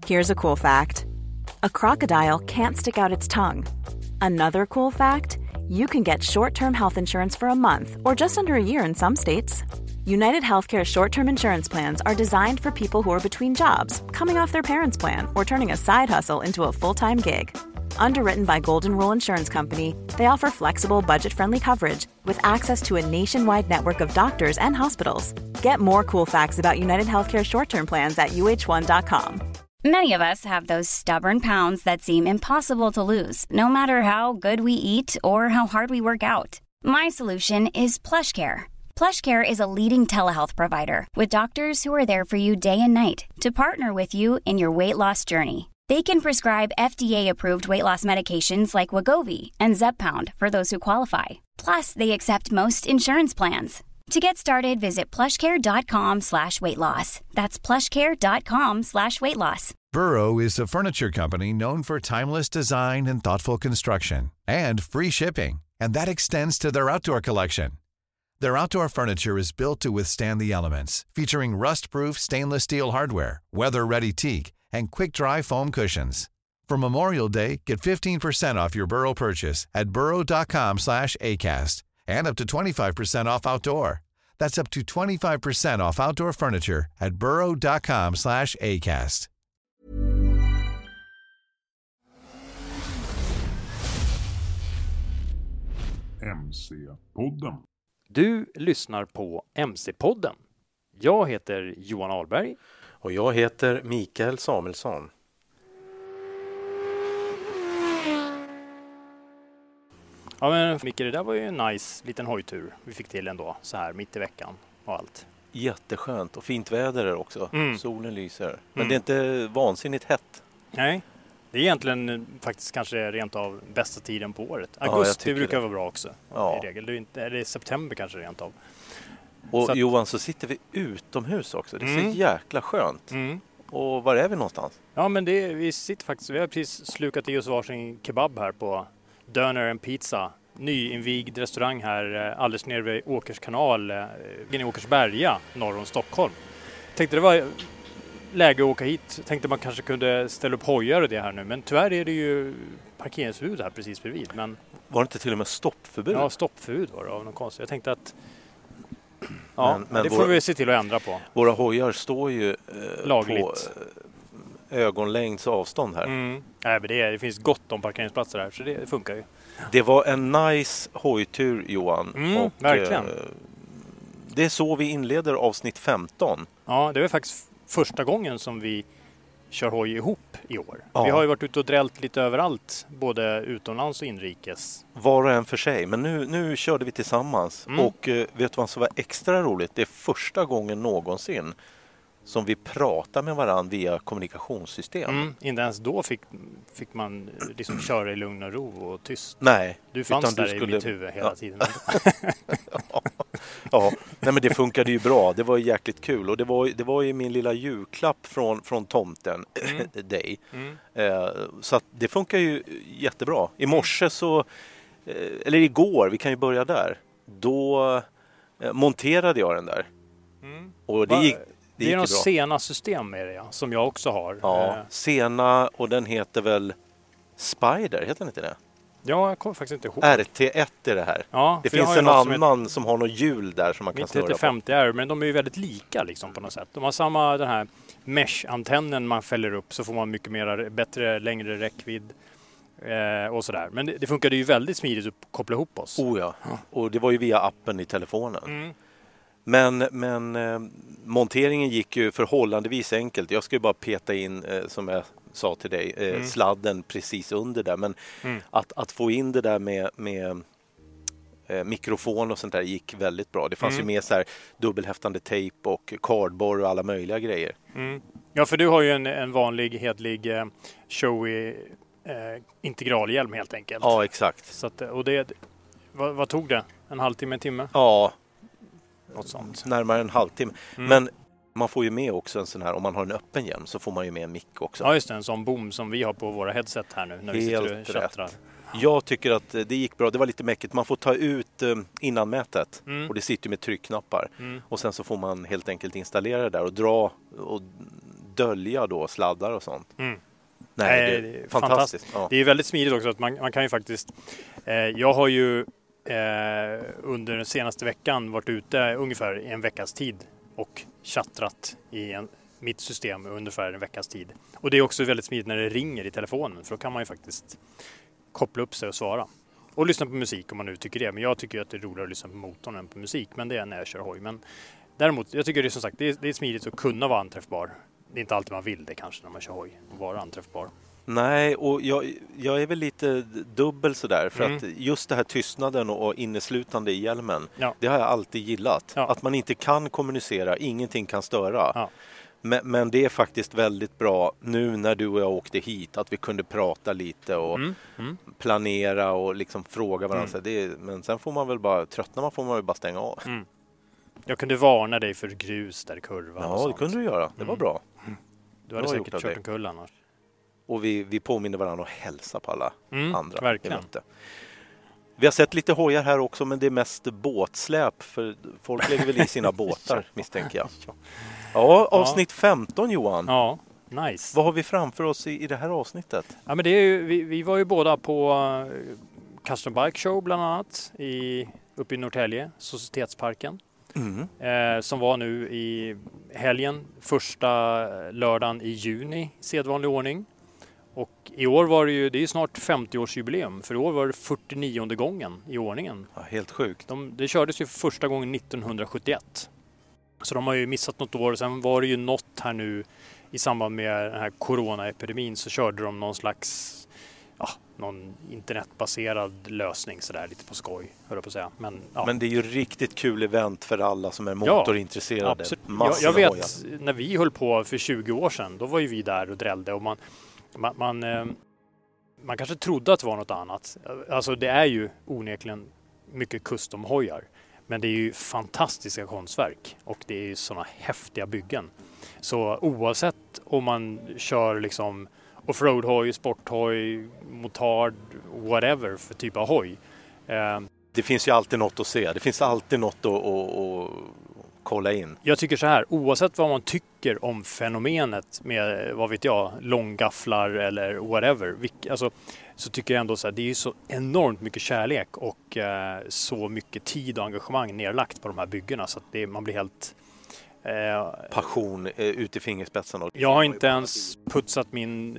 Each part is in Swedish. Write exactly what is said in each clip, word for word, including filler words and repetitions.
Here's a cool fact. A crocodile can't stick out its tongue. Another cool fact, you can get short-term health insurance for a month or just under a year in some states. United Healthcare short-term insurance plans are designed for people who are between jobs, coming off their parents' plan, or turning a side hustle into a full-time gig. Underwritten by Golden Rule Insurance Company, they offer flexible, budget-friendly coverage with access to a nationwide network of doctors and hospitals. Get more cool facts about United Healthcare short-term plans at U H one dot com. Many of us have those stubborn pounds that seem impossible to lose, no matter how good we eat or how hard we work out. My solution is PlushCare. PlushCare is a leading telehealth provider with doctors who are there for you day and night to partner with you in your weight loss journey. They can prescribe F D A-approved weight loss medications like Wegovy and Zepbound for those who qualify. Plus, they accept most insurance plans. To get started, visit plushcare.com slash weight loss. That's plushcare.com slash weight loss. Burrow is a furniture company known for timeless design and thoughtful construction and free shipping, and that extends to their outdoor collection. Their outdoor furniture is built to withstand the elements, featuring rust-proof stainless steel hardware, weather-ready teak, and quick-dry foam cushions. For Memorial Day, get fifteen percent off your Burrow purchase at burrow.com slash ACAST and up to twenty-five percent off outdoor. That's up to twenty-five percent off outdoor furniture at burrow.com slash ACAST. M C-podden. Du lyssnar på M C-podden. Jag heter Johan Ahlberg. Och jag heter Mikael Samuelsson. Ja men Micke, det där var ju en nice liten hojtur vi fick till ändå, så här mitt i veckan och allt. Jätteskönt och fint väder också. Mm. Solen lyser. Men mm. det är inte vansinnigt hett. Nej, det är egentligen faktiskt kanske rent av bästa tiden på året. Augusti ja, brukar det. vara bra också ja. i regel. Det är, inte, är det september kanske rent av. Och att... Johan, så sitter vi utomhus också. Det är mm. så jäkla skönt. Mm. Och var är vi någonstans? Ja men det, vi sitter faktiskt, vi har precis slukat i oss varsin kebab här på Döner and Pizza. Nyinvigd restaurang här alldeles nere vid Åkers kanal i Åkersberga norr om Stockholm. Tänkte det var läge att åka hit. Tänkte man kanske kunde ställa upp hojar och det här nu. Men tyvärr är det ju parkeringsförbud här precis bredvid. Men... Var det inte till och med stoppförbud? Ja, stoppförbud var det av någon konstigt. Jag tänkte att ja, men, men det får våra, vi se till att ändra på. Våra hojar står ju eh, lagligt på eh, ögonlängds avstånd här. Mm. Nej, men det, är, det finns gott om parkeringsplatser här så det funkar ju. Det var en nice hojtur, Johan. Mm, och, verkligen. Eh, det är så vi inleder avsnitt femton. Ja, det är faktiskt första gången som vi kör hoj ihop i år. Ja. Vi har ju varit ute och drällt lite överallt, både utomlands och inrikes. Var och en för sig, men nu, nu körde vi tillsammans. Mm. Och eh, vet du vad som var extra roligt? Det är första gången någonsin som vi pratar med varandra via kommunikationssystem. Mm, inte ens då fick, fick man liksom köra i lugn och ro och tyst. Nej. Du fanns där du skulle... i mitt huvud hela ja. tiden. ja, ja. Nej, men det funkade ju bra. Det var jäkligt kul. Och det var, det var ju min lilla julklapp från, från tomten, mm. dig. Mm. Eh, så att det funkar ju jättebra. I morse så, eh, eller igår, vi kan ju börja där. Då eh, monterade jag den där. Mm. Och det gick... Det, det är något sena system med det, ja, som jag också har. Ja, sena och den heter väl Spider, heter den inte det? Ja, jag kommer faktiskt inte ihåg. R T ett är det här. Ja, det finns en annan som, heter... som har något hjul där som man kan snurra på. Mitt heter femtio R, men de är ju väldigt lika liksom på något sätt. De har samma den här mesh-antennen man fäller upp så får man mycket mer, bättre, längre räckvidd. Eh, och sådär. Men det, det funkade ju väldigt smidigt att koppla ihop oss. Oh ja, ja. Och det var ju via appen i telefonen. Mm. Men, men eh, monteringen gick ju förhållandevis enkelt. Jag ska ju bara peta in, eh, som jag sa till dig, eh, mm. sladden precis under där. Men mm. att, att få in det där med, med eh, mikrofon och sånt där gick väldigt bra. Det fanns mm. ju med så här dubbelhäftande tejp och cardboard och alla möjliga grejer. Mm. Ja, för du har ju en, en vanlig, hedlig, eh, showy eh, integralhjälm helt enkelt. Ja, exakt. Så att, och det, vad, vad tog det? En halvtimme, en timme? Ja, något sånt. Närmare en halvtimme. Mm. Men man får ju med också en sån här, om man har en öppen hjälm så får man ju med en mick också. Ja just det, en sån boom som vi har på våra headset här nu när vi Helt sitter och chattrar. Jag tycker att det gick bra, det var lite mäckigt. Man får ta ut innanmätet mm. och det sitter med tryckknappar. Mm. Och sen så får man helt enkelt installera det där och dra och dölja då sladdar och sånt. Mm. Nej, Nej, det är, det är fantastiskt. fantastiskt. Ja. Det är väldigt smidigt också att man, man kan ju faktiskt, eh, jag har ju eh, under den senaste veckan varit ute ungefär i en veckas tid och chattrat i en, mitt system ungefär en veckas tid. Och det är också väldigt smidigt när det ringer i telefonen, för då kan man ju faktiskt koppla upp sig och svara. Och lyssna på musik om man nu tycker det. Men jag tycker att det är roligare att lyssna på motorn än på musik. Men det är när jag kör hoj. Men däremot, jag tycker det är som sagt, det är, det är smidigt att kunna vara anträffbar. Det är inte alltid man vill det kanske när man kör hoj, att vara anträffbar. Nej, och jag, jag är väl lite dubbel sådär. För Mm. att just det här tystnaden och inneslutande i hjälmen, Ja. det har jag alltid gillat. Ja. Att man inte kan kommunicera, ingenting kan störa. Ja. Men, men det är faktiskt väldigt bra nu när du och jag åkte hit, att vi kunde prata lite och Mm. Mm. planera och liksom fråga varandra. Mm. Så det är, men sen får man väl bara, tröttnar man får man väl bara stänga av. Mm. Jag kunde varna dig för grus där i kurvan. och Ja, det sånt. kunde du göra. Det var Mm. bra. Du hade bra säkert gjort av kört dig. en kull annars. Och vi, vi påminner varandra och hälsa på alla Mm, andra. verkligen. vi mötte. Vi har sett lite hojar här också, men det är mest båtsläp. För folk lägger väl i sina båtar, misstänker jag. Ja, avsnitt femton, Johan. Ja, nice. Vad har vi framför oss i, i det här avsnittet? Ja, men det är ju, vi, vi var ju båda på uh, Custom Bike Show bland annat i, uppe i Norrtälje, Societetsparken. Mm. Eh, som var nu i helgen, första lördagen i juni i sedvanlig ordning. Och i år var det ju, det är ju snart femtio-årsjubileum, för i år var det fyrtionionde gången i ordningen. Ja, helt sjukt. De, det kördes ju för första gången nittonhundrasjuttioett. Så de har ju missat något år. Sen var det ju något här nu i samband med den här coronaepidemin, så körde de någon slags, ja, någon internetbaserad lösning sådär lite på skoj, hör jag på att säga. Men, ja. Men det är ju riktigt kul event för alla som är motorintresserade. Absolut. Jag, Massor jag med vet, hojar. när vi höll på för tjugo år sedan, då var ju vi där och drällde och man, man, man, eh, man kanske trodde att det var något annat. Alltså det är ju onekligen mycket custom-hojar, men det är ju fantastiska konstverk och det är ju sådana häftiga byggen. Så oavsett om man kör liksom offroad-hoj, sporthoj, motard, whatever för typ av hoj. Eh, Det finns ju alltid något att se. Det finns alltid något att, att, att kolla in. Jag tycker så här, oavsett vad man tycker om fenomenet med, vad vet jag, långgafflar eller whatever, vilk, alltså, så tycker jag ändå så här, det är ju så enormt mycket kärlek och eh, så mycket tid och engagemang nedlagt på de här byggena så att det, man blir helt... Eh, Passion eh, ut i fingerspetsen. jag har inte ens putsat min eh,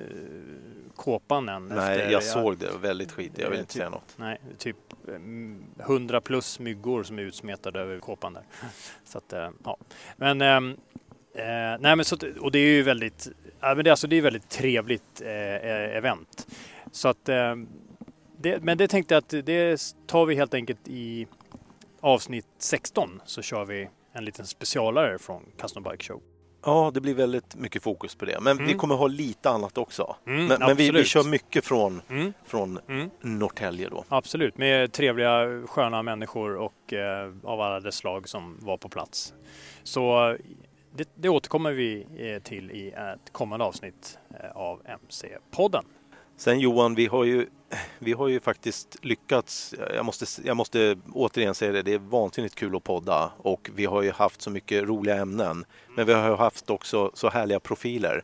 kåpan än. Nej, efter, jag såg det. Väldigt skit. Jag vill eh, inte typ, säga något. Nej, typ hundra plus myggor som är utsmetade över kåpan där. Så att, eh, ja. Men, ehm, eh, nej men så, och det är ju väldigt, ja, men det, alltså, det är väldigt trevligt eh, event. Så att, eh, det, men det tänkte jag att det tar vi helt enkelt i avsnitt sexton, så kör vi en liten specialare från Custom Bike Show. Ja, det blir väldigt mycket fokus på det. Men Mm. vi kommer ha lite annat också. Mm, men men vi, vi absolut. kör mycket från, Mm. från Mm. Norrtälje då. Absolut, med trevliga, sköna människor och eh, av alla dess slag som var på plats. Så det, det återkommer vi eh, till i ett kommande avsnitt eh, av M C-podden. Sen Johan, vi har ju, vi har ju faktiskt lyckats, jag måste, jag måste återigen säga det, det är vansinnigt kul att podda och vi har ju haft så mycket roliga ämnen. Men vi har ju haft också så härliga profiler.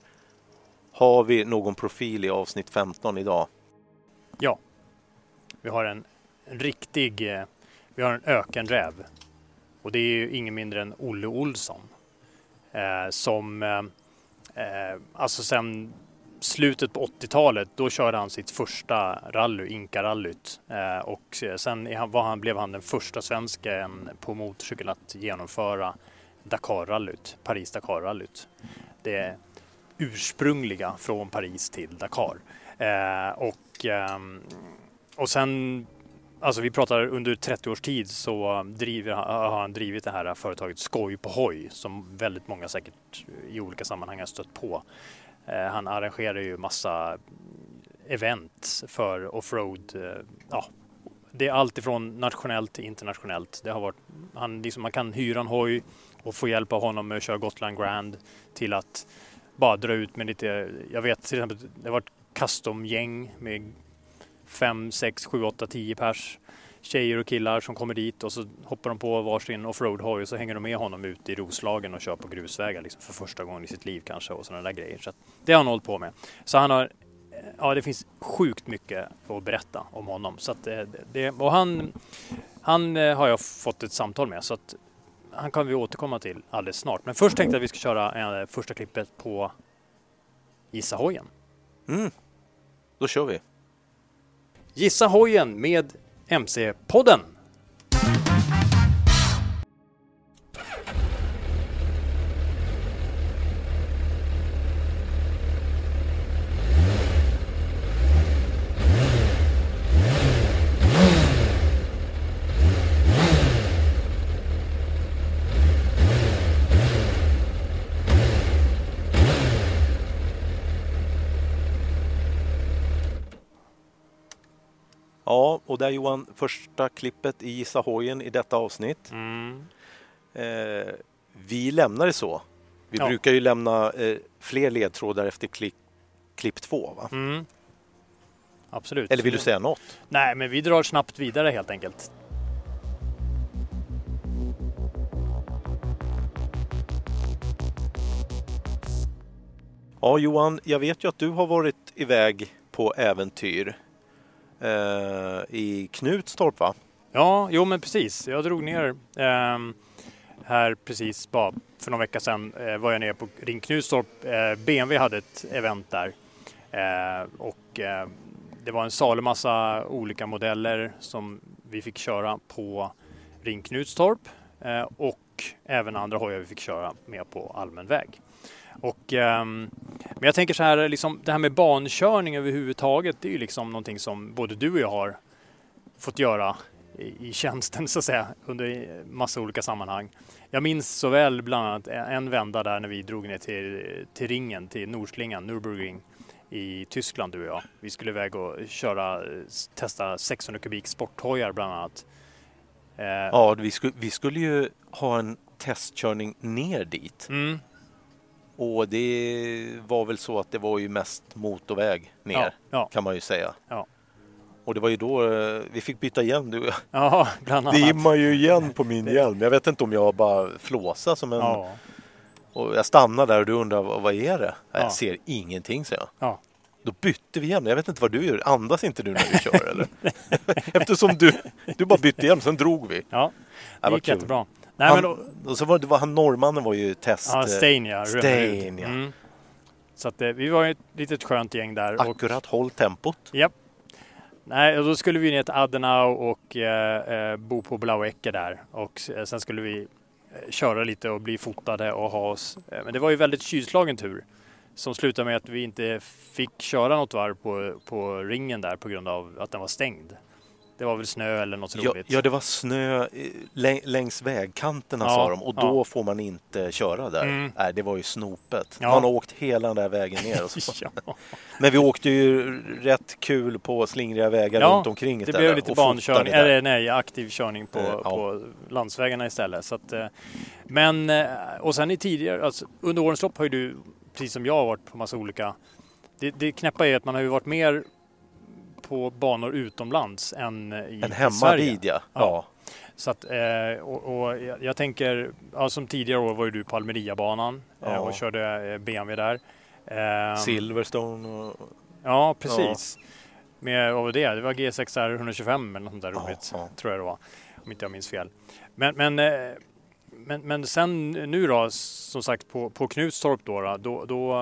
Har vi någon profil i avsnitt femton idag? Ja, vi har en, en riktig, eh, vi har en ökenräv. Och det är ju ingen mindre än Olle Olsson. Eh, som, eh, eh, alltså sen slutet på åttiotalet, då körde han sitt första rally, Inka-rallyt. Eh, och sen är han, var han, blev han den första svensken på motorcykel att genomföra Dakar-rallyt, Paris-Dakar-rallyt. Det ursprungliga från Paris till Dakar. Eh, och, eh, och sen, alltså vi pratar under trettio års tid, så driver, har han drivit det här företaget Skoj på hoj, som väldigt många säkert i olika sammanhang har stött på. Eh, han arrangerar ju massa event för offroad. Eh, ja, det är allt ifrån nationellt till internationellt. Det har varit, han, liksom, man kan hyra en hoj och få hjälp av honom med att köra Gotland Grand, till att bara dra ut med lite, jag vet till exempel, det har varit custom-gäng med fem, sex, sju, åtta, tio pers tjejer och killar som kommer dit och så hoppar de på varsin offroad-hoj och så hänger de med honom ut i Roslagen och kör på grusvägar liksom för första gången i sitt liv kanske och sådana där grejer. Så att det har han hållit på med. Så han har, ja det finns sjukt mycket att berätta om honom. Så att det, och han, han har jag fått ett samtal med så att han kan vi återkomma till alldeles snart. Men först tänkte jag att vi ska köra första klippet på Gissa hojen. Mm, då kör vi. Gissa hojen med M C-podden. Ja, och där Johan, första klippet i Gissa hojen i detta avsnitt. Mm. Eh, vi lämnar det så. Vi ja. brukar ju lämna eh, fler ledtrådar efter klick, klipp två, va? Mm. Absolut. Eller vill du säga något? Nej, men vi drar snabbt vidare helt enkelt. Ja, Johan, jag vet ju att du har varit iväg på äventyr eh, i Knutstorp, va? Ja, jo men precis. Jag drog ner eh, här precis bara för någon vecka sedan eh, var jag nere på Ring Knutstorp. Eh, B M W hade ett event där eh, och eh, det var en salig massa olika modeller som vi fick köra på Ring Knutstorp eh, och även andra hojar vi fick köra med på allmän väg. Och, eh, men jag tänker så här, liksom, det här med bankörning överhuvudtaget, det är ju liksom någonting som både du och jag har fått göra i, i tjänsten så att säga, under massa olika sammanhang. Jag minns så väl bland annat en vända där när vi drog ner till, till ringen, till Nordslingan, Nürburgring i Tyskland, du och jag. Vi skulle iväg och köra, testa sexhundra kubik sporthojar bland annat. Eh, ja, vi skulle, vi skulle ju ha en testkörning ner dit. Mm. Och det var väl så att det var ju mest motorväg ner, ja, ja. kan man ju säga. Ja. Och det var ju då vi fick byta hjälm, du och jag. Ja, bland annat. Det immar ju igen på min hjälm. Jag vet inte om jag bara flåsar som en... Ja. Och jag stannar där och du undrar, vad är det? Ja. Jag ser ingenting, säger jag. Ja. Då bytte vi hjälm. Jag vet inte vad du gör. Andas inte du när vi kör, eller? Eftersom du, du bara bytte hjälm, sen drog vi. Ja, det, det gick kul. Jättebra. Nej, han, men då... Och så var det, var han norrmannen var ju test... Ja, Stein, ja. Stein, ja. Mm. Så att, vi var ju ett litet skönt gäng där. Akkurat, och... håll tempot. Japp. Nej, och då skulle vi ner till Adenau och eh, bo på Blauecke där. Och eh, sen skulle vi eh, köra lite och bli fotade och ha oss. Eh, men det var ju väldigt kylslagen tur. Som slutade med att vi inte fick köra något varv på, på ringen där på grund av att den var stängd. Det var väl snö eller något ja, roligt. Ja, det var snö längs vägkanterna, ja, sa de. Och då ja. får man inte köra där. Mm. Nej, det var ju snopet. Ja. Man har åkt hela den där vägen ner. Och så. ja. Men vi åkte ju rätt kul på slingriga vägar ja, runt omkring istället. Det blev lite bankörning, eller nej, aktiv körning på, ja. på landsvägarna istället. Så att, men, och sen i tidigare, alltså, under årens lopp har ju du, precis som jag har varit på massa olika... Det, det knäppa är att man har ju varit mer på banor utomlands än i, en hemma i Sverige. Vid, ja. Ja. Ja. Så att, eh, och, och jag, jag tänker, ja, som tidigare år var ju du på Almeria-banan ja. eh, och körde B M W där. Eh, Silverstone. Och... Ja, precis. Ja. Med, vad var det? Det var G sex R etthundratjugofem eller något sånt där ja, roligt, ja. tror jag det var. Om inte jag minns fel. Men, men, eh, men, men sen nu då, som sagt, på, på Knutstorp då, då, då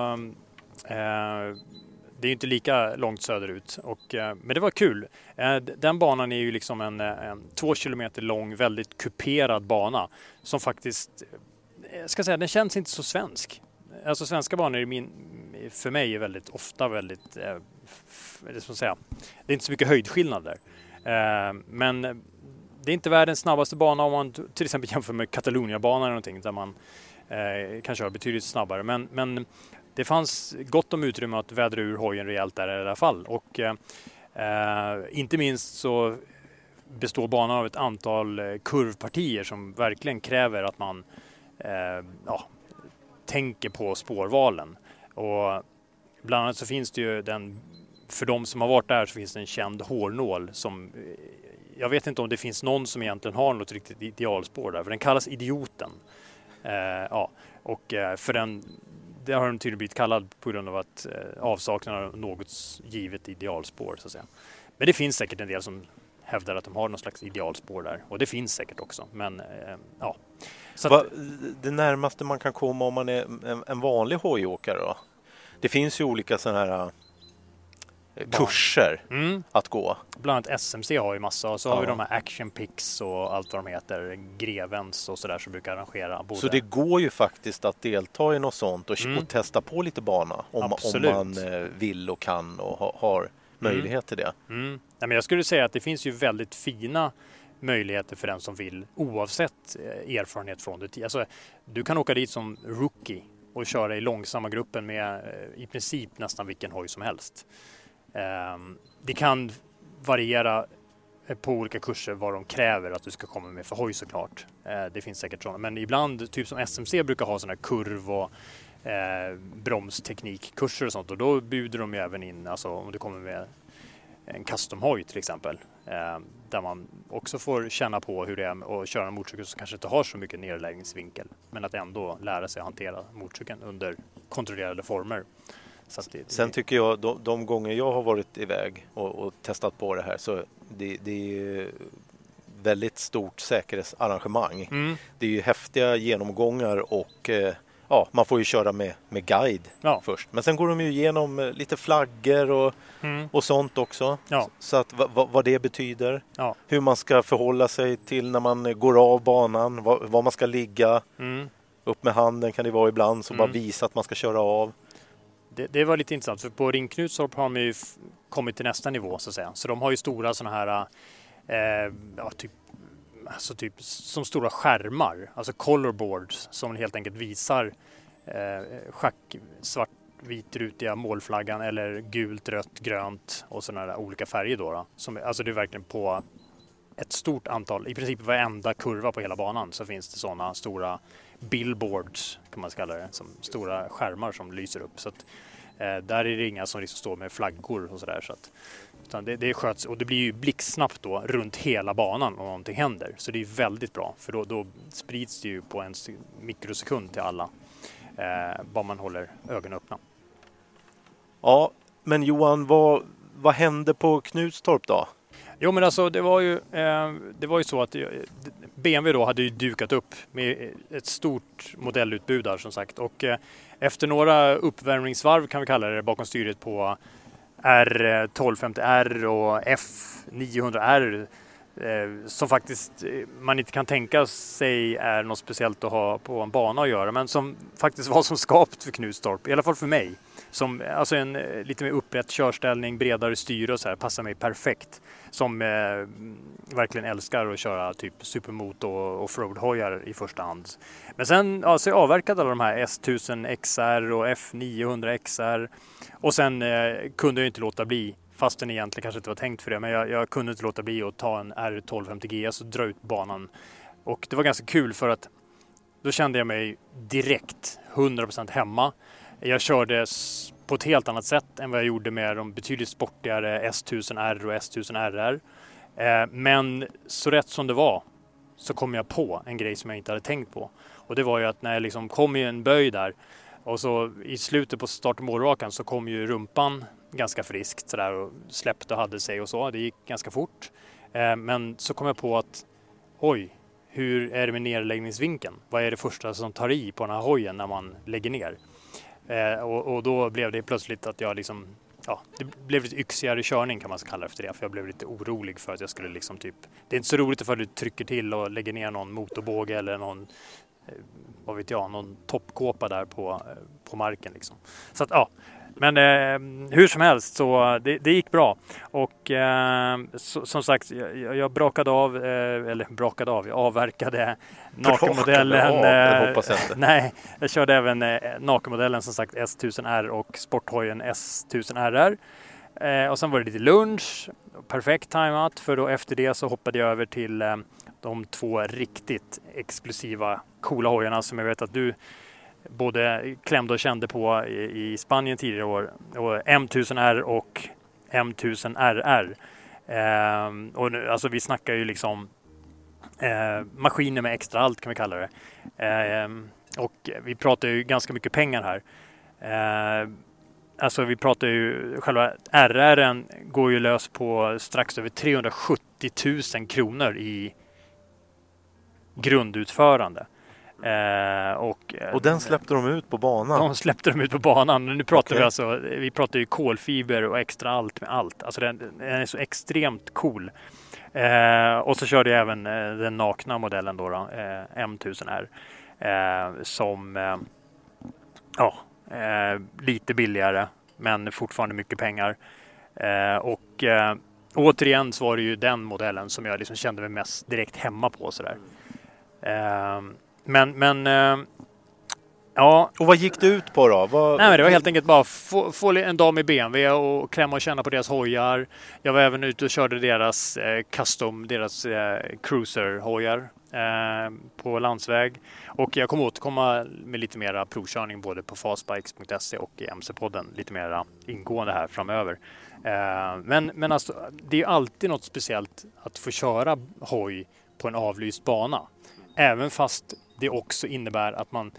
eh, det är ju inte lika långt söderut, och, eh, men det var kul. Eh, den banan är ju liksom en, en två kilometer lång, väldigt kuperad bana som faktiskt, jag ska säga, den känns inte så svensk. Alltså svenska banor är min, för mig är väldigt ofta väldigt, eh, f- det, ska säga, det är inte så mycket höjdskillnader. Eh, men det är inte världens snabbaste bana om man till exempel jämför med Catalunya-banan eller någonting där man eh, kan köra betydligt snabbare. Men, men det fanns gott om utrymme att vädra ur hojen rejält där i alla fall. Och eh, inte minst så består banan av ett antal kurvpartier som verkligen kräver att man eh, ja, tänker på spårvalen. Och bland annat så finns det ju den, för de som har varit där så finns det en känd hårnål som jag vet inte om det finns någon som egentligen har något riktigt idealspår där, för den kallas Idioten. Eh, ja, och eh, för den, det har den tydligen blivit kallad på grund av att eh, avsaknaden av något givet idealspår, så att säga. Men det finns säkert en del som hävdar att de har någon slags idealspår där, och det finns säkert också, men eh, ja. Så att, Va, det närmaste man kan komma om man är en, en vanlig hojåkare då? Det finns ju olika sådana här kurser mm. att gå. Bland annat S M C har ju massa, och så ja. har vi de här Action Picks och allt vad de heter, Grevens och sådär, som brukar arrangera. Både. Så det går ju faktiskt att delta i något sånt och, mm. och testa på lite bana om, om man vill och kan och ha, har möjlighet mm. till det. Mm. Nej, men jag skulle säga att det finns ju väldigt fina möjligheter för den som vill, oavsett erfarenhet från det. Alltså, du kan åka dit som rookie och köra i långsamma gruppen med i princip nästan vilken hoj som helst. Det kan variera på olika kurser vad de kräver att du ska komma med för hoj, såklart. Det finns säkert sådana. Men ibland, typ som S M C brukar ha sådana här kurv- och eh, bromsteknikkurser och sånt. Och då bjuder de ju även in, alltså om du kommer med en custom-hoj till exempel. Eh, där man också får känna på hur det är att köra en motorcykel som kanske inte har så mycket nedläggningsvinkel. Men att ändå lära sig att hantera motorcykeln under kontrollerade former. Så det, det... Sen tycker jag, de, de gånger jag har varit iväg och, och testat på det här, så det, det är väldigt stort säkerhetsarrangemang. Mm. Det är ju häftiga genomgångar och eh, ja, man får ju köra med, med guide ja. först. Men sen går de ju igenom lite flaggor och, mm. och sånt också. Ja. Så att v- v- vad det betyder. Ja. Hur man ska förhålla sig till när man går av banan. Var, var man ska ligga. Mm. Upp med handen kan det vara ibland. Så mm. bara visa att man ska köra av. Det, det var lite intressant, för på Ring Knutstorp har de ju f- kommit till nästa nivå, så att säga. Så de har ju stora sådana här eh, ja, typ, alltså typ som stora skärmar, alltså colorboards som helt enkelt visar eh, schack, svart, vit, rutiga målflaggan eller gult, rött, grönt och sådana där olika färger då. då. Som, alltså det är verkligen på ett stort antal, i princip varenda kurva på hela banan så finns det sådana stora billboards, kan man kalla det, som stora skärmar som lyser upp. Så att, eh, där är det inga som liksom står med flaggor och sådär. Så att, utan det, det sköts, och det blir ju blixtsnabbt då runt hela banan om någonting händer. Så det är väldigt bra, för då, då sprids det ju på en mikrosekund till alla. Eh, bara man håller ögonen öppna. Ja, men Johan, vad, vad hände på Knutstorp då? Jo, men alltså det var ju, eh, det var ju så att B M W då hade ju dukat upp med ett stort modellutbud där, som sagt. Och eh, efter några uppvärmningsvarv, kan vi kalla det, bakom styret på R tolv femtio R och F niohundra R, eh, som faktiskt man inte kan tänka sig är något speciellt att ha på en bana att göra, men som faktiskt var som skapt för Knutstorp, i alla fall för mig. Som, alltså en lite mer upprätt körställning, bredare styre och så här, passar mig perfekt. Som eh, verkligen älskar att köra typ supermot och offroad-hojar i första hand. Men sen alltså, jag avverkade alla de här S tusen X R och F niohundra X R. Och sen eh, kunde jag inte låta bli, fast den egentligen kanske inte var tänkt för det, men jag, jag kunde inte låta bli att ta en R tolv femtio G och dra ut banan. Och det var ganska kul, för att då kände jag mig direkt hundra procent hemma. Jag körde på ett helt annat sätt än vad jag gjorde med de betydligt sportigare S tusen R och S tusen R R. Eh, men så rätt som det var så kom jag på en grej som jag inte hade tänkt på. Och det var ju att när jag liksom kom i en böj där, och så i slutet på start- och målrakan så kom ju rumpan ganska friskt så där, och släppte och hade sig och så. Det gick ganska fort. Eh, men så kom jag på att oj, hur är det med nedläggningsvinkeln? Vad är det första som tar i på den här hojen när man lägger ner? Eh, och, och då blev det plötsligt att jag liksom, ja, det blev lite yxigare körning, kan man kalla det efter det. För jag blev lite orolig för att jag skulle liksom typ, det är inte så roligt för att du trycker till och lägger ner någon motorbåge eller någon, eh, vad vet jag, någon toppkåpa där på, eh, på marken liksom. Så att ja, men eh, hur som helst så det, det gick bra. Och eh, så, som sagt, jag, jag brakade av, eh, eller brakade av, jag avverkade nakenmodellen. Av, det hoppas jag inte. Nej, jag körde även eh, nakenmodellen, som sagt S tusen R och sporthojen S tusen R R. Eh, och sen var det lite lunch, perfekt timat, för då efter det så hoppade jag över till eh, de två riktigt exklusiva coola hojarna som jag vet att du både klämde och kände på i, i Spanien tidigare år, och M tusen R och M tusen R R. Eh, och nu, alltså vi snackar ju liksom eh, maskiner med extra allt kan vi kalla det. Eh, och vi pratar ju ganska mycket pengar här. Eh, alltså vi pratar ju, själva R R:en går ju lös på strax över trehundrasjuttio tusen kronor i grundutförande. Eh, och, och den släppte de ut på banan? De släppte de ut på banan. Nu pratar okay. vi alltså, vi pratar ju kolfiber och extra allt med allt. Alltså den, den är så extremt cool. Eh, och så körde jag även eh, den nakna modellen då, då eh, M tusen R. Eh, som eh, ja, eh, lite billigare men fortfarande mycket pengar. Eh, och eh, återigen så var det ju den modellen som jag liksom kände mig mest direkt hemma på sådär. Eh, Men, men äh, ja. Och vad gick det ut på då? Vad... Nej, men det var helt enkelt bara få, få en dam i B M W och klämma och känna på deras hojar. Jag var även ute och körde deras eh, custom, deras eh, cruiser-hojar eh, på landsväg. Och jag kommer återkomma med lite mera provkörning både på fastbikes punkt se och i M C-podden. Lite mera ingående här framöver. Eh, men men alltså, det är alltid något speciellt att få köra hoj på en avlyst bana. Även fast det också innebär att man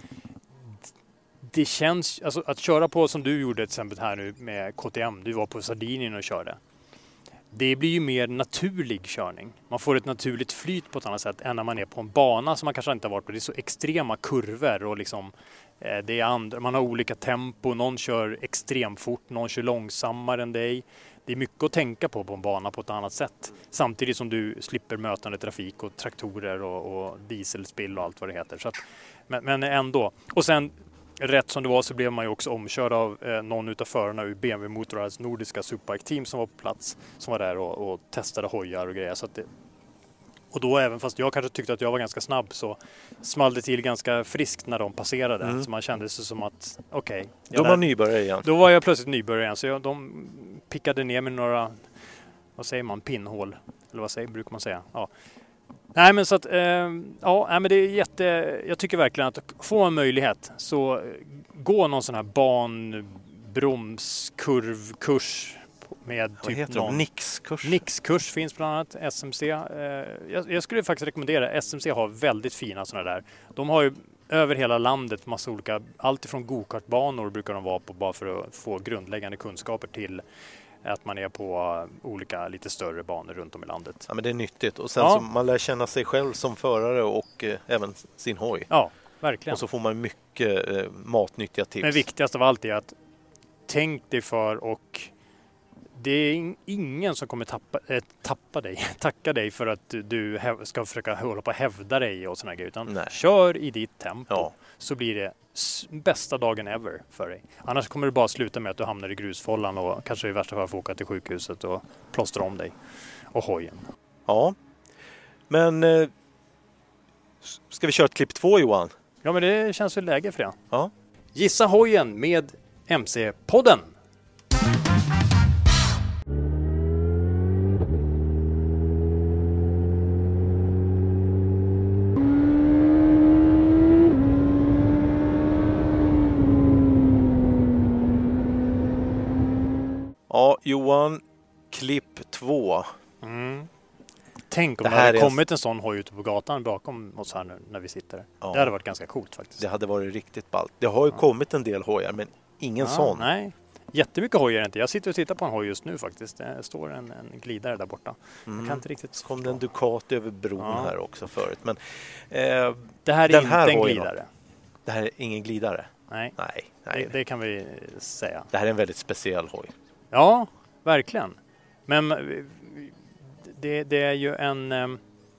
det känns, alltså att köra på som du gjorde till exempel här nu med K T M, du var på Sardinien och körde. Det blir ju mer naturlig körning. Man får ett naturligt flyt på ett annat sätt än när man är på en bana som man kanske inte har varit på. Det är så extrema kurvor och liksom eh, det är andra, man har olika tempo, någon kör extremt fort, någon kör långsammare än dig. Det är mycket att tänka på på en bana på ett annat sätt. Samtidigt som du slipper mötande trafik och traktorer och, och dieselspill och allt vad det heter. Så att, men, men ändå. Och sen, rätt som det var så blev man ju också omkörd av eh, någon utav förarna ur B M W Motorrads nordiska Superbike-team som var på plats. Som var där och, och testade hojar och grejer. Så att det, och då även fast jag kanske tyckte att jag var ganska snabb så small det till ganska friskt när de passerade. Mm. Så man kände sig som att, okej. Okay, då var där, nybörjare igen. Då var jag plötsligt nybörjare igen. Så jag, de pickade ner med några, vad säger man, pinnhål. Eller vad säger, brukar man säga. Ja. Nej men så att, eh, ja men det är jätte, jag tycker verkligen att få en möjlighet så gå någon sån här banbromskurvkurs med vad typ heter någon de? Nix-kurs? Nix-kurs finns bland annat, S M C. Eh, jag, jag skulle faktiskt rekommendera, S M C har väldigt fina sådana där. De har ju över hela landet massa olika, allt ifrån go-kartbanor brukar de vara på bara för att få grundläggande kunskaper till att man är på olika lite större banor runt om i landet. Ja men det är nyttigt och sen ja. så man lär känna sig själv som förare och eh, även sin hoj. Ja, verkligen. Och så får man mycket eh, matnyttiga tips. Men viktigast av allt är att tänk dig för och det är ingen som kommer tappa, äh, tappa dig, tacka dig för att du häv- ska försöka hålla på att hävda dig och såna grejer. Utan Nej. kör i ditt tempo ja. så blir det s- bästa dagen ever för dig. Annars kommer det bara sluta med att du hamnar i grusfållan och kanske i värsta fall får åka till sjukhuset och plåstra om dig och hojen. Ja, men eh, ska vi köra ett klipp två Johan? Ja men det känns väl läge för det. Ja. Gissa hojen med M C-podden. Ja, Johan, klipp två. Mm. Tänk om det, det hade kommit en sån hoj ute på gatan bakom oss här nu när vi sitter. Ja. Det hade varit ganska coolt faktiskt. Det hade varit riktigt ballt. Det har ju ja. kommit en del hojar, men ingen ja, sån. Nej, jättemycket hojar är det inte. Jag sitter och tittar på en hoj just nu faktiskt. Det står en, en glidare där borta. Mm. Jag kan inte riktigt... Så kom det en Ducati över bron ja. här också förut. Men, eh, det här är den inte här en glidare. Då? Det här är ingen glidare? Nej, nej, nej. Det, det kan vi säga. Det här är en väldigt speciell hoj. Ja, verkligen. Men det, det är ju en... Eh,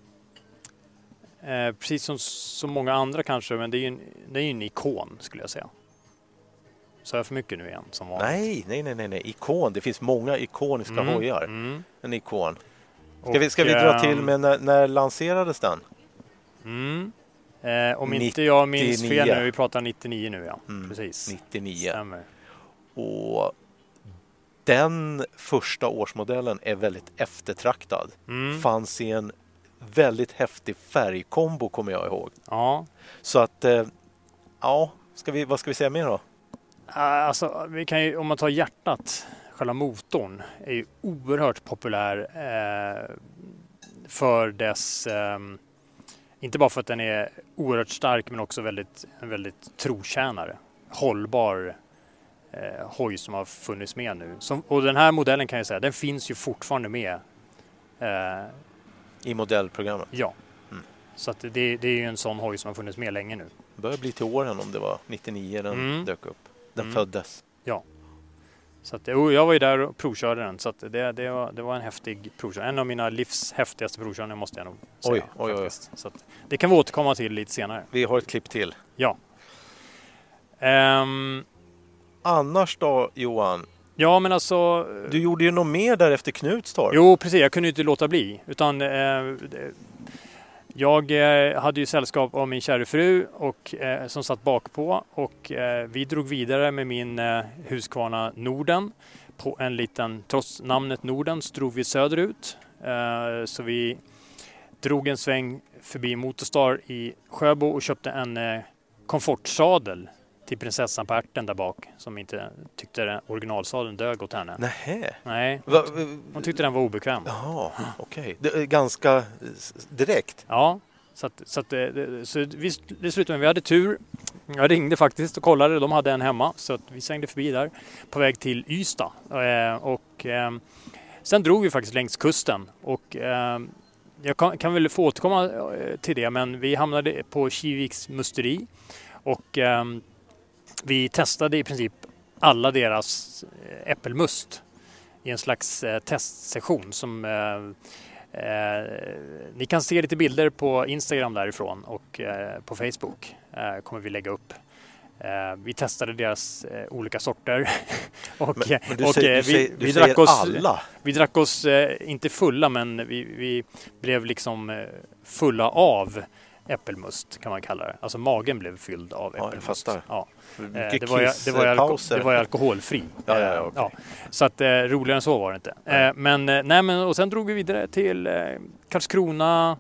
precis som så många andra kanske, men det är ju en, det är en ikon skulle jag säga. Så jag för mycket nu igen som vanligt. Nej, nej, nej, nej, nej. Ikon. Det finns många ikoniska mm, hojar. Mm. En ikon. Ska, och, vi, ska vi dra till med när, när lanserades den? Mm. Eh, om nittionio. Inte jag minns fel nu, vi pratar nittionio nu, ja. Mm. Precis. nittionio. Stämmer. Och den första årsmodellen är väldigt eftertraktad. Mm. Fanns i en väldigt häftig färgkombo kommer jag ihåg. Ja. Så att, eh, ja, ska vi, vad ska vi säga mer då? Alltså, vi kan ju, om man tar hjärtat, själva motorn är ju oerhört populär eh, för dess, eh, inte bara för att den är oerhört stark men också väldigt, en väldigt trotjänare, hållbar eh, hoj som har funnits med nu. Som, och den här modellen kan jag säga, den finns ju fortfarande med. Eh, I modellprogrammet? Ja. Mm. Så att det, det är ju en sån hoj som har funnits med länge nu. Det börjar bli till åren om det var nittionio den Mm. dök upp. Den Mm. föddes. Ja. Så att, och jag var ju där och provkörde den. Så att det, det, var, det var en häftig provkörning. En av mina livs häftigaste provkörningar måste jag nog säga. Oj, oj, oj. Så att, det kan vi återkomma till lite senare. Vi har ett klipp till. Ja. Um, Annars då, Johan? ja, men alltså... Du gjorde ju något mer där efter Knutstorp. Jo, precis. Jag kunde ju inte låta bli. Utan... Eh, Jag eh, hade ju sällskap av min kära fru och, eh, som satt bak på och eh, vi drog vidare med min eh, Husqvarna Norden på en liten, trots namnet Norden, så drog vi söderut. Eh, så vi drog en sväng förbi Motorstar i Sjöbo och köpte en eh, komfortsadel till prinsessan på ärten där bak som inte tyckte den originalsadeln dög åt henne. Nähä. Nej, Va, hon tyckte den var obekväm. Jaha, okej. Okay. Ganska direkt. Ja, så, att, så, att, det, så vi, det slutade med vi hade tur. Jag ringde faktiskt och kollade, de hade en hemma så att vi svängde förbi där på väg till Ystad. Eh, och eh, sen drog vi faktiskt längs kusten och eh, jag kan, kan väl få återkomma till det, men vi hamnade på Kiviks musteri och eh, vi testade i princip alla deras äppelmust i en slags eh, testsession som eh, eh, ni kan se lite bilder på Instagram därifrån och eh, på Facebook eh, kommer vi lägga upp. Eh, vi testade deras eh, olika sorter och, men, men du och säger, eh, du vi, säger, du vi säger drack oss alla. Vi drack oss eh, inte fulla, men vi, vi blev liksom eh, fulla av äppelmust kan man kalla det. Alltså magen blev fylld av Ja, äppelmust. jag fattar. Ja. Mycket Det var, ju, det, var ju alko- det var ju alkoholfri. Ja, ja, ja, okay. ja. Så att, eh, roligare än så var det inte. Eh, men, eh, nej, men, och sen drog vi vidare till eh, Karlskrona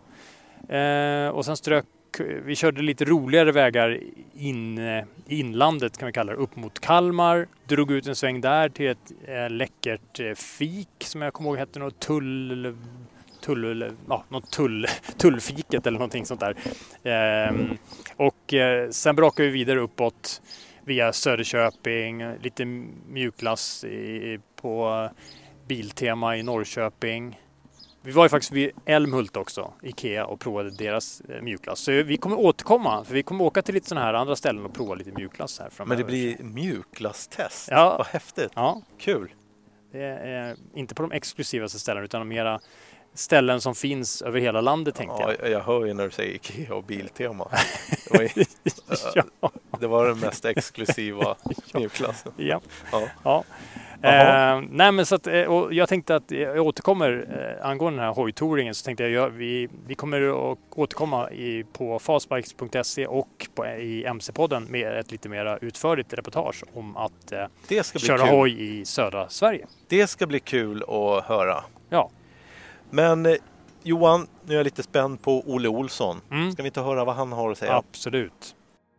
eh, och sen strök vi körde lite roligare vägar in i inlandet kan vi kalla det, upp mot Kalmar. Drog ut en sväng där till ett eh, läckert eh, fik som jag kommer ihåg hette något tull... tull, ja, något tull, tullfiket eller någonting sånt där. Ehm, och eh, sen brakade vi vidare uppåt via Söderköping, lite mjukglass i, på Biltema i Norrköping. Vi var ju faktiskt vid Älmhult också, Ikea, och provade deras eh, mjukglass. Så vi kommer återkomma, för vi kommer åka till lite sådana här andra ställen och prova lite mjukglass här framöver. Men det blir mjukglasstest? Ja. Vad häftigt. Ja. Kul. Det är inte på de exklusivaste ställena utan mera ställen som finns över hela landet, tänkte ja, jag. Jag hör ju när du säger Ikea och Biltema. Det var, ju, ja. det var den mest exklusiva mjukglassen. Ja. Ja. ja. Eh, nej, men så att, och jag tänkte att jag återkommer eh, angående den här hojtouringen, så tänkte jag, jag vi, vi kommer att återkomma i, på fastbikes punkt se och på, i M C-podden med ett lite mer utförligt reportage om att eh, det ska bli köra kul. hoj i södra Sverige. Det ska bli kul att höra. Ja. Men eh, Johan, nu är jag lite spänd på Olle Olsson. Mm. Ska vi inte höra vad han har att säga? Absolut.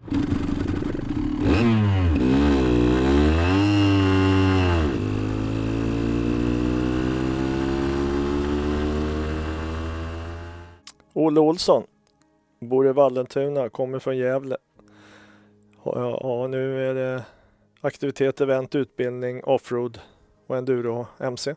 Olle Olsson, bor i Vallentuna, kommer från Gävle. Ja, ja, nu är det aktivitet, event, utbildning, offroad och enduro M C.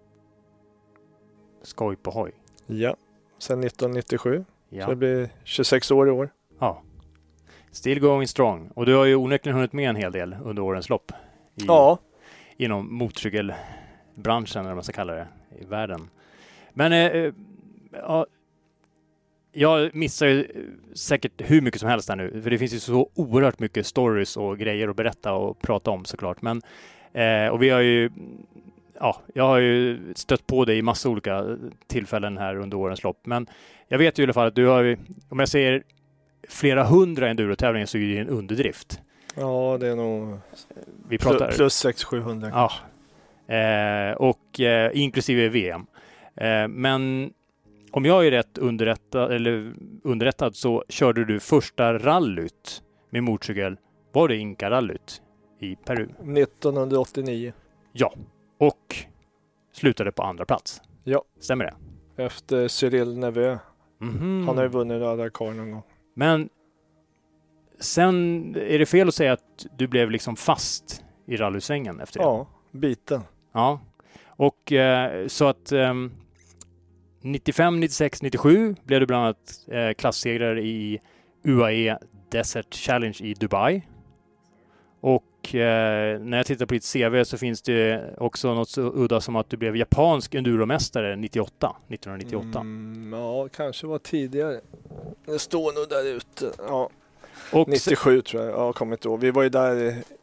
Skoj på hoj. Ja, sen nittonhundranittiosju. Ja. Så det blir tjugosex år i år. Ja. Still going strong. Och du har ju onekligen hunnit med en hel del under årens lopp. I, Ja. Inom motorcykelbranschen, eller vad man ska kalla det, i världen. Men eh, ja, jag missar ju säkert hur mycket som helst här nu. För det finns ju så oerhört mycket stories och grejer att berätta och prata om såklart. Men, eh, och vi har ju... Ja, jag har ju stött på dig i massa olika tillfällen här under årens lopp. Men jag vet ju i alla fall att du har ju, om jag säger flera hundra endurotävlingar, så är det en underdrift. Ja, det är nog Vi pratar plus sex till sjuhundra. Ja, eh, och eh, inklusive V M. Eh, men om jag är rätt underrättad, eller underrättad så körde du första rallyt med motorcykel. Var det Inka-rallyt i Peru? nittonhundraåttionio. Ja. Och slutade på andra plats. Ja. Stämmer det? Efter Cyril Neveu. Mm-hmm. Han har ju vunnit Dakar någon gång. Men sen är det fel att säga att du blev liksom fast i rallysvängen efter det? Ja, biten. Ja, och eh, så att eh, nittiofem, nittiosex, nittiosju blev du bland annat eh, klassegrare i U A E Desert Challenge i Dubai. Och eh, när jag tittar på ditt C V så finns det också något så udda som att du blev japansk enduromästare nittioåtta, nittonhundranittioåtta. Mm, ja, kanske var tidigare. Det står nog där ute. Ja. Och nittiosju tror jag. Ja, kommer inte ihåg. Vi var ju där,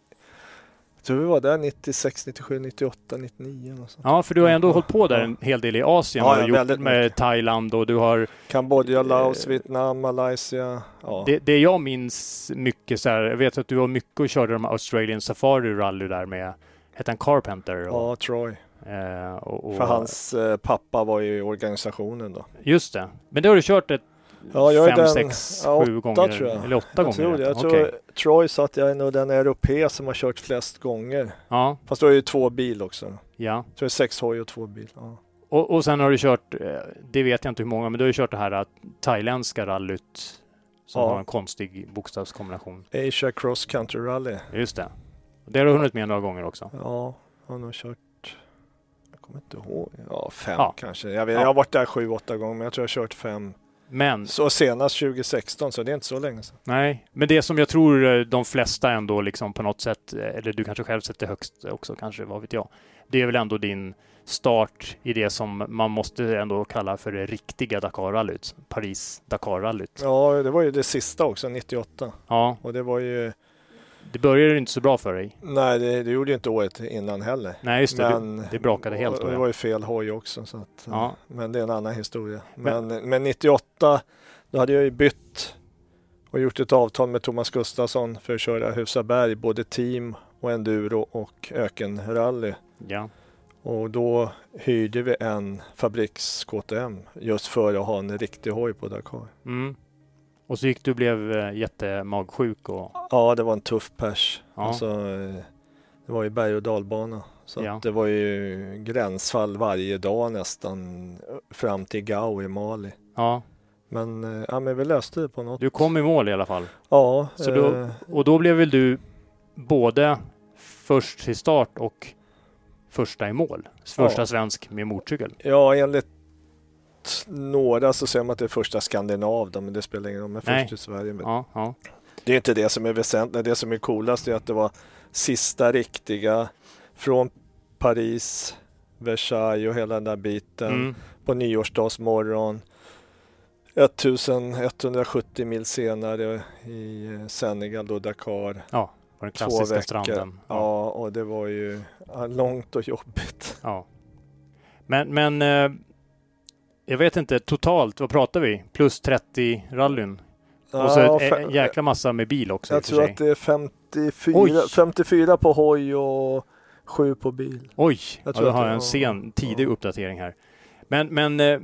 jag tror vi var där nittiosex, nittiosju, nittioåtta, nittionio. Och sånt. ja, för du har ändå ja, hållit på där ja. en hel del i Asien. Ja, du har ja, gjort med mycket. Thailand och du har... Kambodja, Laos, eh, Vietnam, Malaysia. Ja. Det, det jag minns mycket så här, jag vet att du var mycket och körde de Australian Safari Rally där med, hette han Carpenter? Och, ja, Troy. eh, och, och, För hans eh, pappa var ju i organisationen då. Just det. Men det har du kört ett Ja, jag är fem, den, sex, ja, sju åtta, gånger? tror jag. Eller åtta jag gånger? Tror det. Jag Okej. tror Troy sa att jag är nog den europé som har kört flest gånger. Ja, Fast då är det ju två bil också. ja. Jag tror det är sex hoj och två bil. Ja. Och, och sen har du kört, eh, det vet jag inte hur många, men du har ju kört det här att thailändska rallyt som Ja. har en konstig bokstavskombination. Asia Cross Country Rally. Just det. Det har du hunnit med några gånger också. Ja, jag har nog kört, jag kommer inte ihåg, ja fem Ja. kanske. Jag, vet, Ja. jag har varit där sju, åtta gånger, men jag tror jag har kört fem. Men, Så senast tjugo sexton, så det är inte så länge sedan. nej, men det som jag tror eh, de flesta ändå liksom på något sätt, eh, eller du kanske själv sätter högst också kanske, vad vet jag. Det är väl ändå din start i det som man måste ändå kalla för det riktiga Dakar-rallyt. Paris-Dakar-rallyt. Ja, det var ju det sista också, nittioåtta. Ja, Och det var ju, det började inte så bra för dig. nej det, det gjorde ju inte året innan heller. Nej, just det. Men, du, det brakade helt och, då. och det Ja. var ju fel hoj också. Så att, Ja. Men det är en annan historia. Men, men nittioåtta, då hade jag ju bytt och gjort ett avtal med Thomas Gustafsson för att köra Husaberg, både team och enduro och ökenrally. Ja. Och då hyrde vi en fabriks K T M just för att ha en riktig hoj på Dakar. Mm. Och så gick du och blev eh, jättemagsjuk och... Ja, det var en tuff pers. Ja. Alltså, eh, det var ju berg- och dalbana. Så Ja. att det var ju gränsfall varje dag nästan fram till Gao i Mali. Ja, Men, eh, ja, men vi löste det på något. du kom i mål i alla fall. Ja, Så då, eh, och då blev väl du både först till start och första i mål? Första Ja. svensk med motorcykel. ja, enligt några så säger man att det är första skandinav då, men det spelar ingen roll. Men Nej. först i Sverige. Men Ja, ja. det är inte det som är väsentligt. Det som är coolast är att det var sista riktiga från Paris, Versailles och hela den där biten Mm. på nyårsdagsmorgon. elvahundrasjuttio mil senare i Senegal och Dakar. Ja, var den Två klassiska veckor. stranden. Ja, och det var ju ja, långt och jobbigt. Ja. Men, men eh, jag vet inte, totalt, vad pratar vi? Plus trettio rallyn. Och så Ja, en, fe- en jäkla massa med bil också. i jag och för tror sig. att det är femtiofyra, Oj. femtiofyra på hoj och sju på bil. Oj, Jag ja, tror då att har det- jag en ja, sen, tidig ja. uppdatering här. Men, men eh,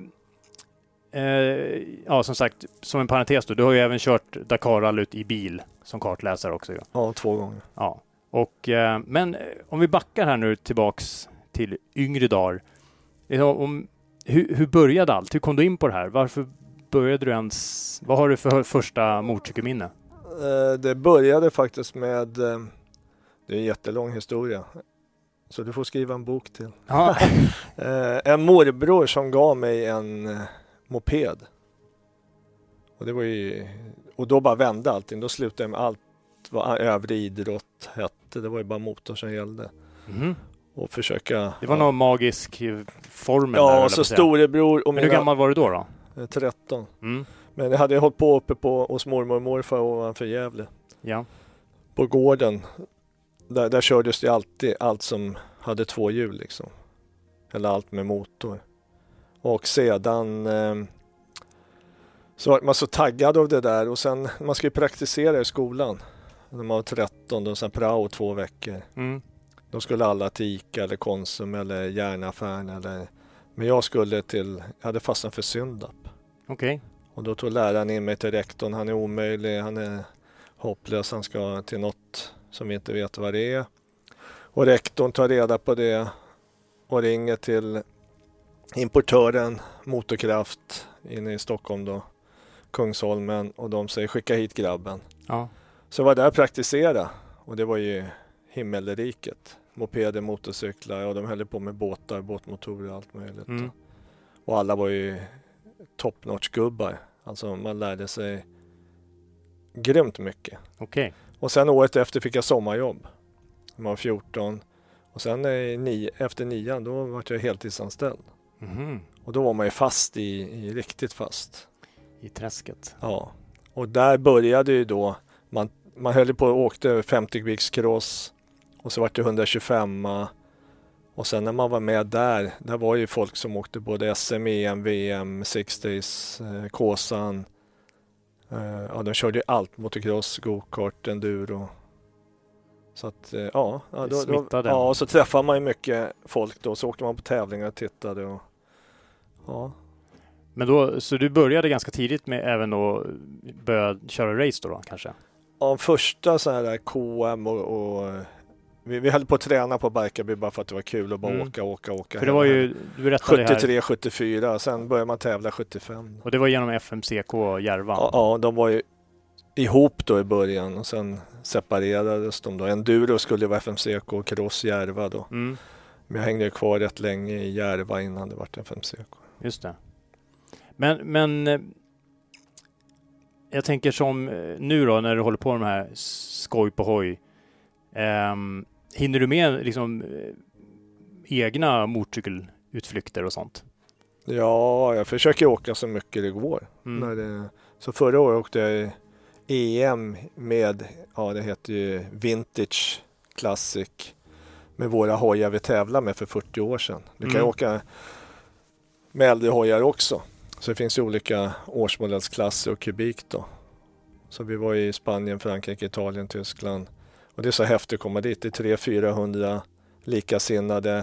eh, ja, som sagt, som en parentes då, du har ju även kört Dakar-rallyt i bil som kartläsare också. Ju. Ja, två gånger. Ja. Och, eh, men eh, om vi backar här nu tillbaks till yngre dagar. Ja, om, hur, hur började allt? Hur kom du in på det här? Varför började du ens... Vad har du för första motorcykelminne? Eh, Det började faktiskt med, eh, det är en jättelång historia, så du får skriva en bok till. Ja. Eh, En morbror som gav mig en eh, moped. Och det var ju, och då bara vände allting. Då slutade jag med allt vad övrig idrott hette. Det var ju bara motor som gällde. Mhm. Och försöka... Det var ja. någon magisk eh, formel där, höll Ja, jag och på så att säga. storebror och Men hur mina... gammal var du då? då? eh, tretton. Mm. Men jag hade hållit på uppe på, hos mormor och morfar ovanför Gävle. Ja. På gården. Där, där kördes det alltid allt som hade två hjul liksom. Eller allt med motor. Och sedan eh, så var man så taggad av det där. Och sen man skulle praktisera i skolan. När man var tretton, då sen prao två veckor. Mm. Då skulle alla till Ica eller Konsum eller järnaffären eller... Men jag skulle till, jag hade fastnat för Syndap. Okej. Och då tog läraren in mig till rektorn. Han är omöjlig, han är hopplös, han ska till något som vi inte vet vad det är. Och rektorn tar reda på det och ringer till importören Motorkraft inne i Stockholm då, Kungsholmen, och de säger skicka hit grabben. Ja. Så var där och praktisera, och det var ju himmelriket. Mopeder, motorcyklar, och de höll på med båtar, båtmotorer och allt möjligt. Mm. Och alla var ju top-notch-gubbar. Alltså man lärde sig grymt mycket. Okej. Okay. Och sen året efter fick jag sommarjobb. Jag var fjorton. Och sen i nio, efter nian då var jag heltidsanställd. Mm. Och då var man ju fast i, i riktigt fast. I träsket. Ja. Och där började ju då, man, man höll på och åkte femtio kubik cross. Och så var det hundratjugofem. Och sen när man var med där, där var ju folk som åkte både S M, E M, V M, sextio, eh, Kåsan. Eh, ja, de körde ju allt. Motocross, go-kart, enduro. Så att, eh, ja. Ja, då, då, ja, och så träffade man ju mycket folk då. Så åkte man på tävlingar och tittade. Och, ja. Men då, så du började ganska tidigt med även att börja köra race då, då kanske? Ja, första så här K M och... och Vi, vi höll på att träna på Barkarby bara för att det var kul att bara mm. åka, åka, åka. För det var ju, du berättade sjuttiotre sjuttiofyra, sen började man tävla sjuttiofem. Och det var genom F M C K Järva? Ja, ja, de var ju ihop då i början och sen separerades de då. Enduro skulle vara F M C K och Cross Järva då. Mm. Men jag hängde ju kvar rätt länge i Järva innan det var F M C K. Just det. Men, men jag tänker som nu då när du håller på med de här skoj på hoj. Um, hinner du med liksom eh, egna motorcykelutflykter och sånt? Ja, jag försöker åka så mycket det går. Mm. När det, så förra året åkte jag E M med, ja det heter ju Vintage Classic, med våra hojar vi tävlar med för fyrtio år sedan. Du kan mm. åka med äldre hojar också. Så det finns ju olika årsmodellsklasser och kubik då. Så vi var i Spanien, Frankrike, Italien, Tyskland. Och det är så häftigt att komma dit. Det är tre till fyrahundra likasinnade.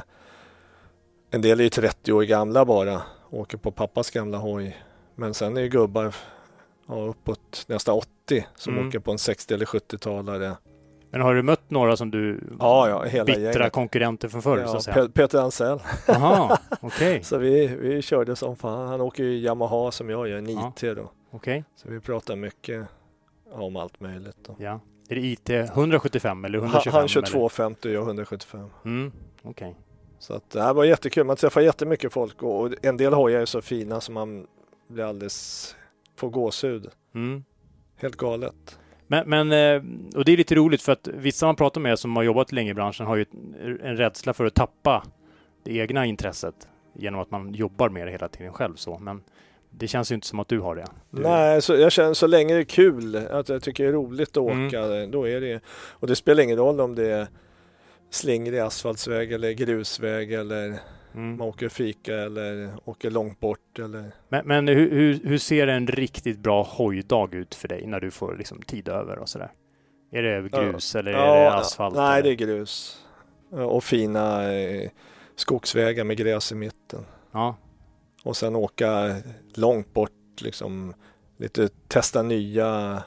En del är ju trettio år gamla bara. Åker på pappas gamla hoj. Men sen är ju gubbar ja, uppåt nästan åttio som mm. åker på en sextio- eller sjuttiotalare. Men har du mött några som du ja, ja, hela bittra gänget. konkurrenter från förr? Ja, så att säga? Pe- Peter Ansell. Jaha, okej. Okay. Så vi, vi körde som fan. Han åker ju Yamaha som jag gör, nittio då. Okej. Okay. Så vi pratar mycket om allt möjligt då. Ja. Är det I T hundrasjuttiofem eller hundratjugofem? Han tjugotvå femtio och jag hundrasjuttiofem. Mm, okej. Okay. Så att det här var jättekul. Man träffar jättemycket folk och, och en del hojar är så fina som man blir alldeles får gåshud. Mm. Helt galet. Men, men, och det är lite roligt för att vissa man pratar med som har jobbat länge i branschen har ju en rädsla för att tappa det egna intresset genom att man jobbar med det hela tiden själv så. Men det känns ju inte som att du har det. Du... Nej, så jag känner så länge det är kul, att jag tycker det är roligt att åka, mm. då är det. Och det spelar ingen roll om det är slingrig asfaltsväg eller grusväg eller mm. man åker fika eller åker långt bort. Eller... Men, men hur, hur, hur ser en riktigt bra hojdag ut för dig när du får liksom tid över och sådär? Är det grus ja. eller är ja, det asfalt? Nej, eller? det är grus. Och fina eh, skogsvägar med gräs i mitten. Ja. Och sen åka långt bort, liksom lite testa nya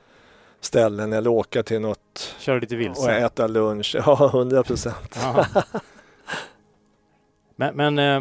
ställen eller åka till något. Köra lite vilse. Och äta lunch. Ja, hundra procent. men men, eh,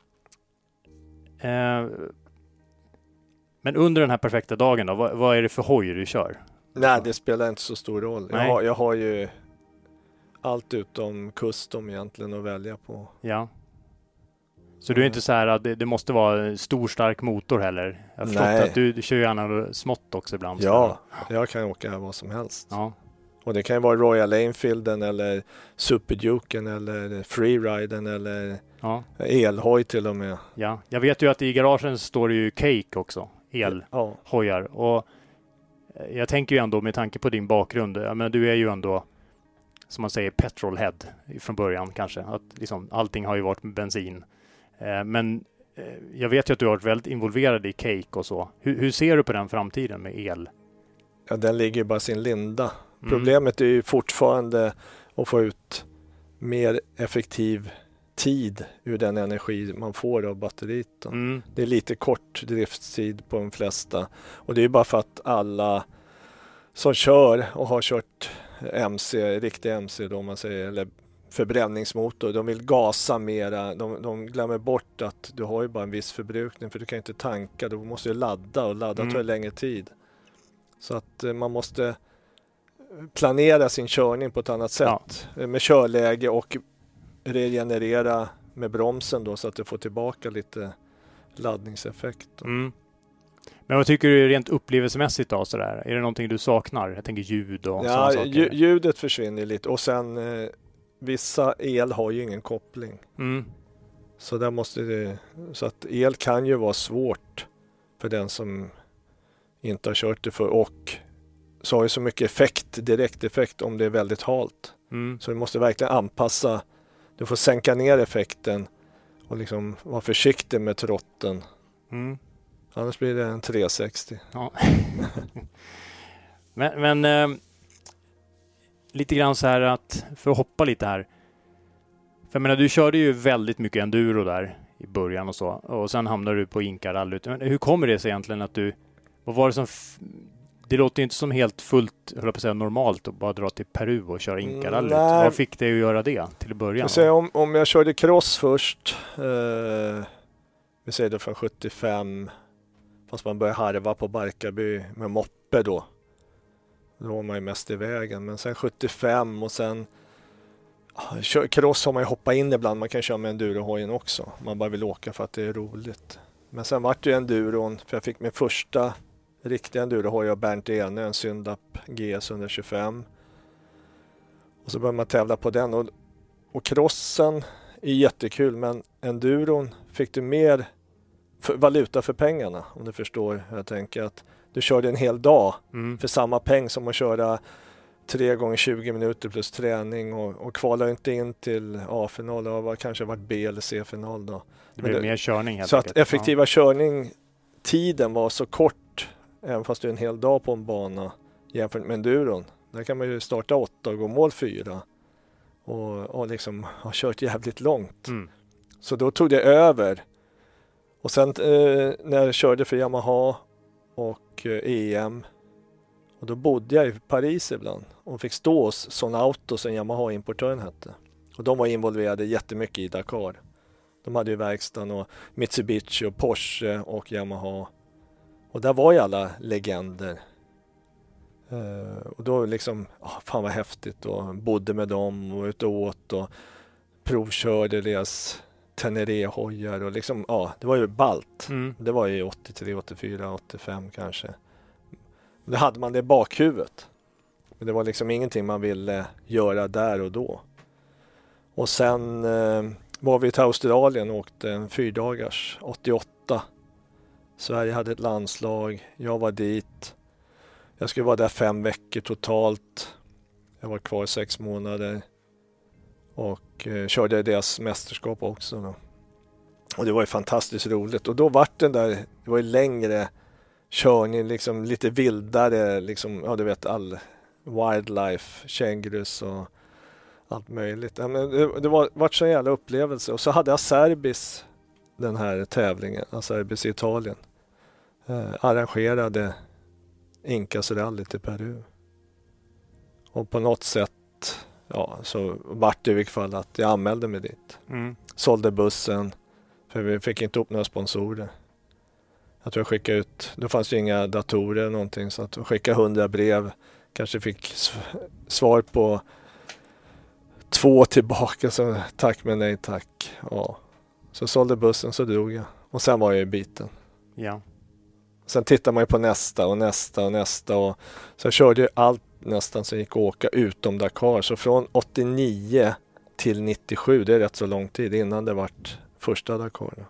eh, men under den här perfekta dagen då, vad, vad är det för hoj du kör? Nej, det spelar inte så stor roll. Jag har, jag har ju allt utom custom egentligen att välja på. Ja. Så du är inte så här att det, det måste vara en stor stark motor heller? Jag har förstått Nej. att du, du kör gärna smått också ibland. Ja, jag kan åka vad som helst. Ja. Och det kan ju vara Royal Enfielden eller Superduken eller Freeriden eller ja. elhoj till och med. Ja, jag vet ju att i garagen står det ju Cake också, elhojar. Ja. Och jag tänker ju ändå med tanke på din bakgrund, jag menar, du är ju ändå som man säger petrolhead från början kanske. Att liksom, allting har ju varit med bensin. Eh, men eh, jag vet ju att du har varit väldigt involverad i Cake och så. Hur, hur ser du på den framtiden med el? Ja, den ligger ju bara sin linda. Mm. Problemet är ju fortfarande att få ut mer effektiv tid ur den energi man får av batteriet. Mm. Det är lite kort driftstid på de flesta. Och det är bara för att alla som kör och har kört M C, riktig M C då man säger, eller förbränningsmotor. De vill gasa mera. De, de glömmer bort att du har ju bara en viss förbrukning för du kan inte tanka. Du måste ju ladda och ladda mm. tar längre tid. Så att eh, man måste planera sin körning på ett annat sätt. Ja. Med körläge och regenerera med bromsen då så att du får tillbaka lite laddningseffekt. Mm. Men vad tycker du rent upplevelsemässigt då sådär? Är det någonting du saknar? Jag tänker ljud och ja, sådana saker. Lj- ljudet försvinner lite och sen eh, vissa el har ju ingen koppling. Mm. Så där måste det, så att el kan ju vara svårt för den som inte har kört det för och så har ju så mycket effekt, direkteffekt om det är väldigt halt. Mm. Så du måste verkligen anpassa, du får sänka ner effekten och liksom vara försiktig med trotten. Mm. Annars blir det en trehundrasextio. Ja. men men eh, lite grann så här att, för att hoppa lite här. För jag menar, du körde ju väldigt mycket enduro där i början och så. Och sen hamnade du på Inka-rallyt. Men hur kommer det sig egentligen att du, vad var det som, f- det låter ju inte som helt fullt, höll jag på att säga, normalt att bara dra till Peru och köra Inka-rallyt. Mm, vad fick dig att göra det till början? Jag säger, om, om jag körde cross först, eh, vi säger det från sjuttiofem, fast man började harva på Barkarby med moppe då. Då var man ju mest i vägen. Men sen sjuttiofem och sen kör, cross har man ju hoppat in ibland. Man kan köra med endurohojen också. Man bara vill åka för att det är roligt. Men sen vart det ju enduron, för jag fick min första riktiga endurohoj av Bernt Ene, en Syndap G S etthundratjugofem. Och så började man tävla på den. Och, och crossen är jättekul, men enduron fick du mer för valuta för pengarna, om du förstår. Jag tänker att du körde en hel dag mm. för samma peng som att köra tre gånger tjugo minuter plus träning och, och kvalar inte in till A-final. Det var kanske varit B- eller C-final då. Det blev mer körning helt Så enkelt. att effektiva ja. körning, tiden var så kort, även fast du är en hel dag på en bana jämfört med enduron. Där kan man ju starta åtta och gå mål fyra och, och liksom ha kört jävligt långt. Mm. Så då tog det över. Och sen eh, när jag körde för Yamaha och eh, E M, och då bodde jag i Paris ibland och fick stå hos Son Auto som Yamaha-importören hette. Och de var involverade jättemycket i Dakar. De hade ju verkstaden och Mitsubishi och Porsche och Yamaha. Och där var ju alla legender. Uh, och då liksom, oh, fan vad häftigt, och bodde med dem och ute och åt och provkörde deras Tenere-hojar och liksom, ja, det var ju ballt. Mm. Det var ju åttiotre, åttiofyra, åttiofem kanske. Då hade man det i bakhuvudet. Men det var liksom ingenting man ville göra där och då. Och sen eh, var vi till Australien och åkte en fyrdagars, åttioåtta. Sverige hade ett landslag, jag var dit. Jag skulle vara där fem veckor totalt. Jag var kvar sex månader. Och eh, körde deras mästerskap också då. Och det var ju fantastiskt roligt. Och då var den där, det var ju längre körning, liksom lite vildare, liksom, ja du vet, all wildlife, kängurus och allt möjligt. Ja, men det, det var vart så en jävla upplevelse. Och så hade jag Serbis, den här tävlingen, Serbis i Italien. Eh, arrangerade Inkas rally till Peru. Och på något sätt, ja, så vart det i vilket fall att jag anmälde mig dit. Mm. Sålde bussen, för vi fick inte upp några sponsorer. Jag tror jag skickade ut, då fanns ju inga datorer eller någonting, så att jag skickade hundra brev. Kanske fick svar på två tillbaka, så tack men nej tack. Ja. Så sålde bussen, så drog jag. Och sen var jag i biten. Ja. Sen tittar man ju på nästa och nästa och nästa. Och så jag körde ju allt nästan som gick att åka utom Dakar. Så från åttionio till nittiosju, det är rätt så lång tid innan det vart första Dakar.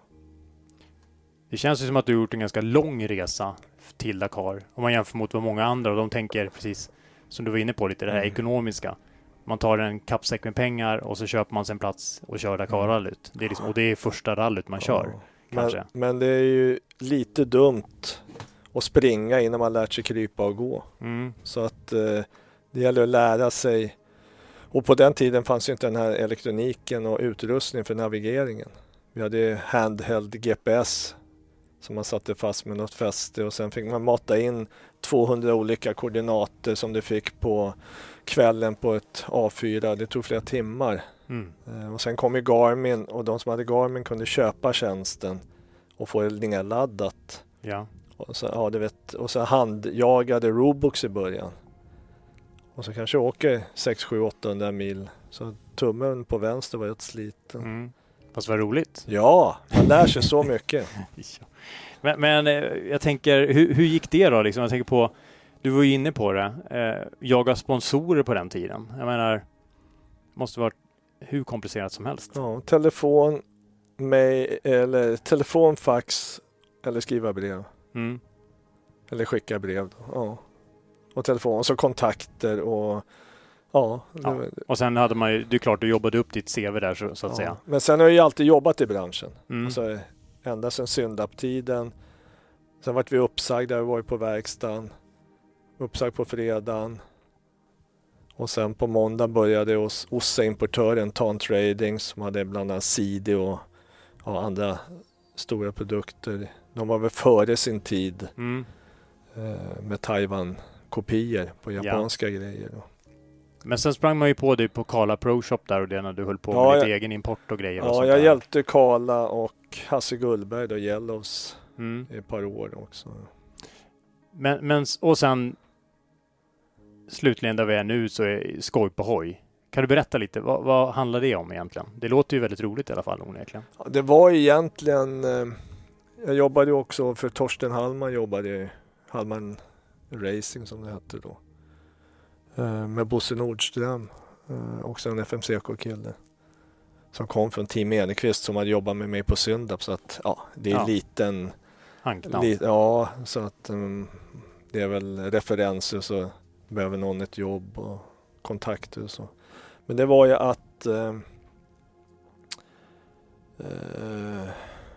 Det känns ju som att du har gjort en ganska lång resa till Dakar. Om man jämför mot vad många andra, och de tänker precis som du var inne på lite, det här mm. ekonomiska. Man tar en kappsäck med pengar och så köper man sin plats och kör Dakar-rallyt. Det är liksom, och det är första rallyt man kör. Ja. Kanske. Men, men det är ju lite dumt att springa innan man lärt sig krypa och gå. Mm. Så att eh, det gäller att lära sig. Och på den tiden fanns ju inte den här elektroniken och utrustning för navigeringen. Vi hade handheld G P S som man satte fast med något fäste, och sen fick man mata in tvåhundra olika koordinater som du fick på kvällen på ett A fyra. Det tog flera timmar Mm. Eh, och sen kom ju Garmin och de som hade Garmin kunde köpa tjänsten och få det nedladdat. Ja. Och så, ja, du vet, och så handjagade Robux i början. Och så kanske åker sex sju åttahundra mil. Så tummen på vänster var rätt sliten. Mm. Fast vad roligt. Ja, man lär sig så mycket. Ja. Men, men jag tänker, hur, hur gick det då? Liksom? Jag tänker på, du var ju inne på det. Eh, jaga sponsorer på den tiden. Jag menar, det måste vara hur komplicerat som helst. Ja, telefon, mail, eller telefon, fax eller skriva brev. Mm. Eller skicka brev. Ja. Och telefon, och så kontakter och ja. ja. Och sen hade man ju, det är klart du jobbade upp ditt C V där så, så att ja. säga. Men sen har jag ju alltid jobbat i branschen. Mm. Alltså, ända sedan Syndap-tiden. Sen vart vi uppsagda, vi var på verkstaden. Uppsagd på fredagen. Och sen på måndag började hos O S A-importören Tan Trading som hade bland annat C D och ja, andra stora produkter. De var väl före sin tid Mm. eh, med Taiwan-kopior på japanska ja. grejer. Men sen sprang man ju på dig på Kala Pro Shop där och det när du höll på ja, med jag, ditt egen import och grejer. Ja, och sånt jag där. hjälpte Kala och Hasse Gullberg och Yellows Mm. i ett par år också. Men, men, och sen slutligen där vi är nu så är skoj på hoj. Kan du berätta lite, vad, vad handlar det om egentligen? Det låter ju väldigt roligt i alla fall onekligen. Ja, det var egentligen, eh, jag jobbade också för Torsten Hallman, jobbade i Hallman Racing som det hette då. Eh, med Bosse Nordström, eh, också en F M C K-kille. Som kom från Team Enekvist som hade jobbat med mig på Syndap, så att ja, det är Ja. liten, Anknall. li, ja, så att um, det är väl referenser så behöver någon ett jobb och kontakter och så. Men det var ju att eh, eh,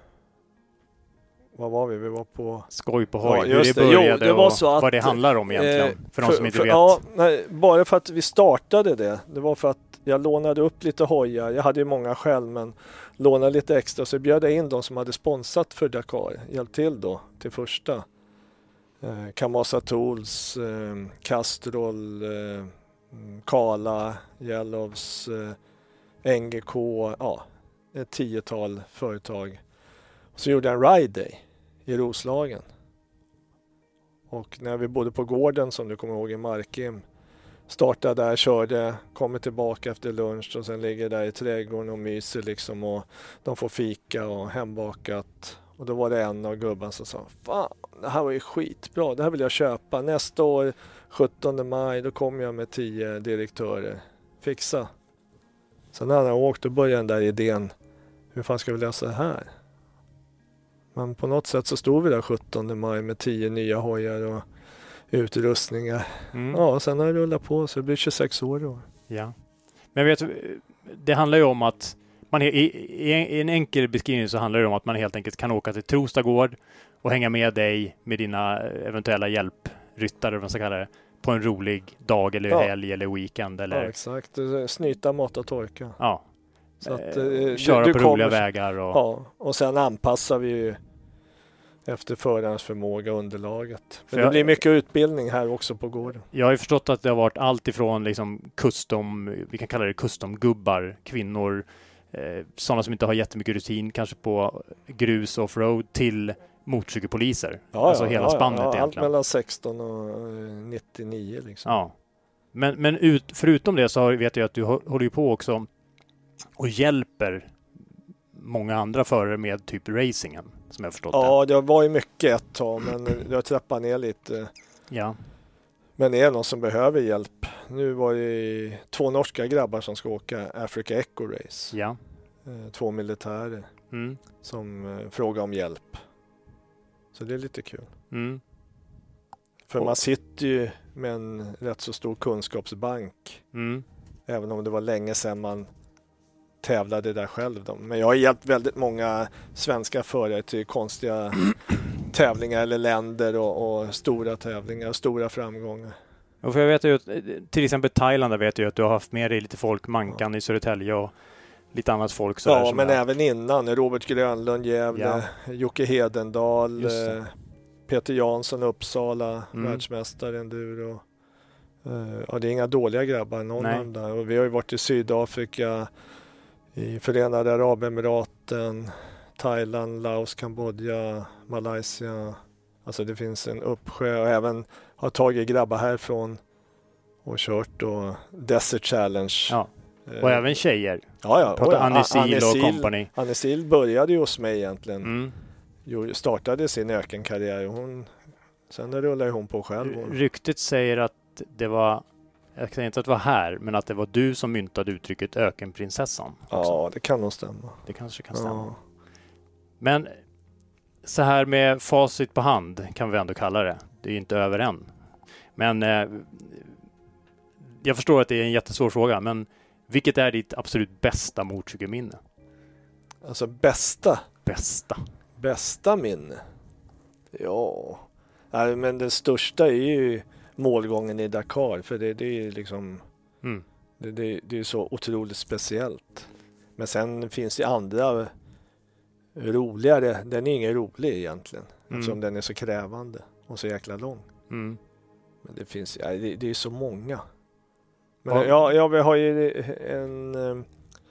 vad var vi? Vi var på Skoj på hoj, Ja, hur just det det. Jo, började det var och så att, vad det handlar om egentligen, eh, för de för, som inte för, vet. Ja, nej, bara för att vi startade det. Det var för att jag lånade upp lite hojar. Jag hade ju många själv, men lånade lite extra. Så bjöd jag in de som hade sponsrat för Dakar. Hjälpt till då till första. Eh, Kamasa Tools, eh, Castrol, eh, Kala, Yellows, eh, N G K. Ja, ett tiotal företag. Så gjorde jag en ride day i Roslagen. Och när vi bodde på gården som du kommer ihåg i Markim, startade där, körde, kommer tillbaka efter lunch och sen ligger där i trädgården och myser liksom och de får fika och hembakat. Och då var det en av gubbarna som sa, fan, det här var ju skitbra, det här vill jag köpa. Nästa år, sjuttonde maj, då kommer jag med tio direktörer. Fixa. Sen när han åkt och började den där idén, hur fan ska vi lösa det här? Men på något sätt så stod vi där sjuttonde maj med tio nya hojar och utrustningar. Mm. Ja, och sen har det rullat på så det blir tjugosex år då. Ja. Men vet du, det handlar ju om att man, i, i, i en enkel beskrivning så handlar det om att man helt enkelt kan åka till Trostagård och hänga med dig med dina eventuella hjälpryttare, vad man ska kalla det, på en rolig dag eller Ja. helg eller weekend. Eller, Ja, exakt. Snyta, mata, torka. ja. Så att, Eh, eh, köra du på kommer- roliga vägar. Och, Ja, och sen anpassar vi ju efter förarens förmåga och underlaget. För Men det jag- blir mycket utbildning här också på gården. Jag har ju förstått att det har varit allt ifrån liksom custom, vi kan kalla det custom-gubbar, kvinnor, eh, sådana som inte har jättemycket rutin, kanske på grus och offroad, till motorcykelpoliser. Ja, alltså ja, hela ja, spannet ja, allt egentligen. mellan sexton och eh, nittionio liksom. Ja. Men, men ut, förutom det så har, vet jag att du hå- håller ju på också och hjälper många andra förare med typ racingen, som jag har förstått Ja, det var ju mycket ett tag, men jag har trappat ner lite. det. Ja. Men det är någon som behöver hjälp. Nu var det två norska grabbar som ska åka Africa Eco Race. Ja. Eh, Två militärer Mm. som eh, frågar om hjälp. Så det är lite kul. Mm. För Och- man sitter ju med en rätt så stor kunskapsbank. Mm. Även om det var länge sedan man tävlade där själv. Då. Men jag har hjälpt väldigt många svenska förare till konstiga tävlingar eller länder och, och stora tävlingar, stora framgångar. Och för jag vet ju att, till exempel Thailand, där vet jag att du har haft med dig lite folk, Mankan i Södertälje och lite annat folk. Så där Ja, som men är- även innan. Robert Grönlund, Gävle, Jocke Hedendal, Just det. eh, Peter Jansson, Uppsala, Mm. världsmästare enduro. Eh, ja, det är inga dåliga grabbar, någon Nej. av dem där. Och vi har ju varit i Sydafrika, i Förenade Arabemiraten, Thailand, Laos, Kambodja, Malaysia. Alltså det finns en uppsjö och även har tagit grabbar härifrån och kört då Desert Challenge. Ja. Och eh, även tjejer. Ja, ja. Pratar och, Annie Seal och Seal, company. Annie Seal började ju hos mig egentligen. Mm. Jo, startade sin ökenkarriär och hon, sen rullade hon på själv. Och... Ryktet säger att det var, jag säger inte att det var här, men att det var du som myntade uttrycket ökenprinsessan. Också. Ja, det kan nog stämma. Det kanske kan stämma. Ja. Men så här med facit på hand kan vi ändå kalla det. Det är ju inte över än. Men eh, jag förstår att det är en jättesvår fråga, men vilket är ditt absolut bästa motorcykelminne? Alltså bästa? Bästa. Bästa minne? Ja, nej, men det största är ju målgången i Dakar, för det, det är liksom mm. det, det, det är så otroligt speciellt. Men sen finns det andra roligare. Den är ingen rolig egentligen, mm. eftersom den är så krävande och så jäkla lång. Mm. Men det finns, ja, det, det är så många. Men ja, ja, ja vi har ju en eh,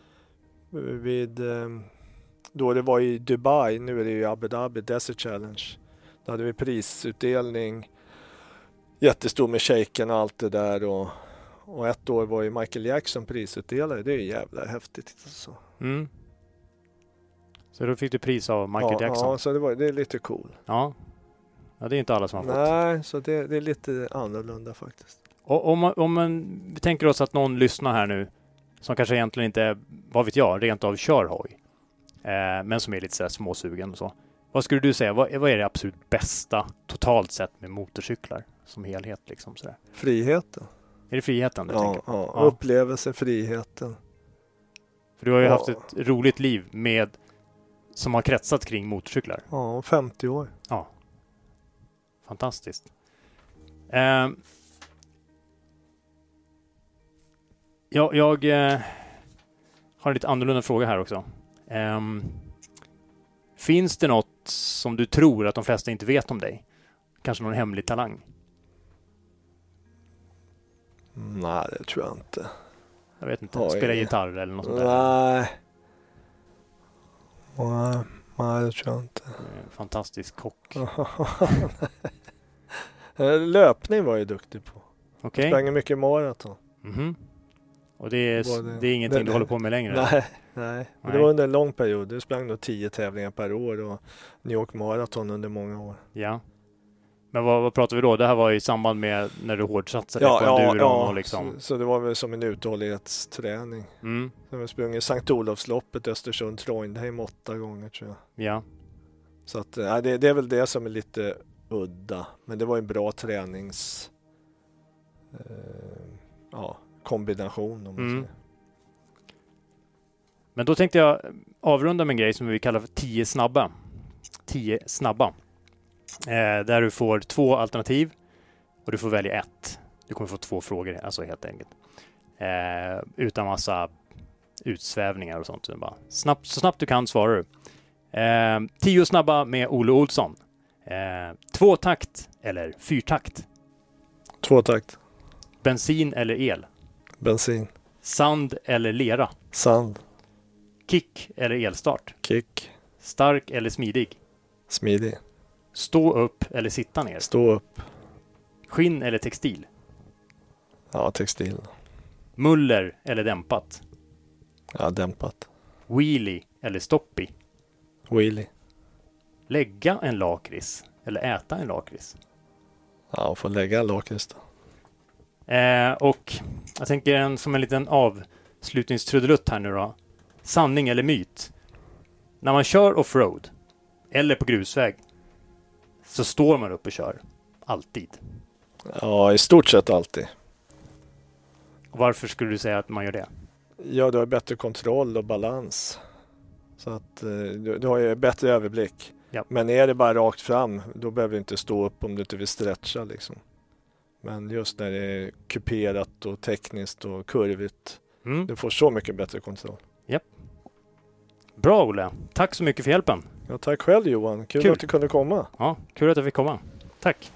vid eh, då det var i Dubai, nu är det ju Abu Dhabi Desert Challenge. Då hade vi prisutdelning, jättestor med shaken och allt det där, och, och ett år var ju Michael Jackson prisutdelare. Det är ju jävla häftigt alltså. Mm. Så då fick du pris av Michael ja, Jackson? Ja, så det, var, det är lite cool. Ja. Ja, det är inte alla som har fått. Nej, så det, det är lite annorlunda faktiskt. Och om man, om man vi tänker oss att någon lyssnar här nu som kanske egentligen inte, vad vet jag, rent av kör hoj. Eh, men som är lite så här småsugen och så. Vad skulle du säga, vad, vad är det absolut bästa totalt sett med motorcyklar som helhet liksom sådär? Friheten. Är det friheten du ja, tänker på? Ja, ja, upplevelsen, friheten. För du har ju ja. haft ett roligt liv med som har kretsat kring motorcyklar. Ja, femtio år. Ja. Fantastiskt. Eh, ja, jag eh, har en lite annorlunda fråga här också. Eh, finns det något som du tror att de flesta inte vet om dig? Kanske någon hemlig talang? Nej, det tror jag inte. Jag vet inte. Oj. Spela gitarr eller något sånt där? Nej. Nej, nej, det tror jag inte. Fantastisk kock. Löpning var jag duktig på. Okay. Sprang mycket maraton. Mm-hmm. Och det är, det, det är ingenting det, du håller på med längre? Nej, nej. Men det var under en lång period. Du sprang då tio tävlingar per år och New York Marathon under många år. Ja. Men vad, vad pratar vi då? Det här var i samband med när du hårdsatsade ja, på ja, enduron ja. och liksom... Så, så det var väl som en uthållighetsträning. Mm. Så vi sprang Sankt Olofsloppet, Östersund, Trondheim åtta gånger tror jag. Ja. Så att, nej, det, det är väl det som är lite udda. Men det var en bra tränings eh, ja, kombination om man mm. säger. Men då tänkte jag avrunda med en grej som vi kallar för tio snabba. Tio snabba. Eh, där du får två alternativ och du får välja ett. Du kommer få två frågor, alltså helt enkelt. Eh, utan massa utsvävningar och sånt. Så, bara snabbt, så snabbt du kan svarar du. Eh, tio snabba med Olle Olsson. Eh, tvåtakt eller fyrtakt? Tvåtakt. Bensin eller el? Bensin. Sand eller lera? Sand. Kick eller elstart? Kick. Stark eller smidig? Smidig. Stå upp eller sitta ner? Stå upp. Skinn eller textil? Ja, textil. Muller eller dämpat? Ja, dämpat. Wheelie eller stoppie? Wheelie. Lägga en lakrits eller äta en lakrits? Ja, får lägga en lakrits då. Eh, och jag tänker en, som en liten avslutningstrudelutt här nu då. Sanning eller myt? När man kör offroad eller på grusväg så står man upp och kör. Alltid. Ja, i stort sett alltid. Och varför skulle du säga att man gör det? Ja, du har bättre kontroll och balans. Så att du, du har ju bättre överblick. Ja. Men är det bara rakt fram, då behöver du inte stå upp om du inte vill stretcha liksom. Men just när det är kuperat och tekniskt och kurvigt, mm. du får så mycket bättre kontroll. Japp. Bra Olle, tack så mycket för hjälpen. Ja, tack själv Johan, kul, kul att du kunde komma. Ja, kul att jag fick komma. Tack.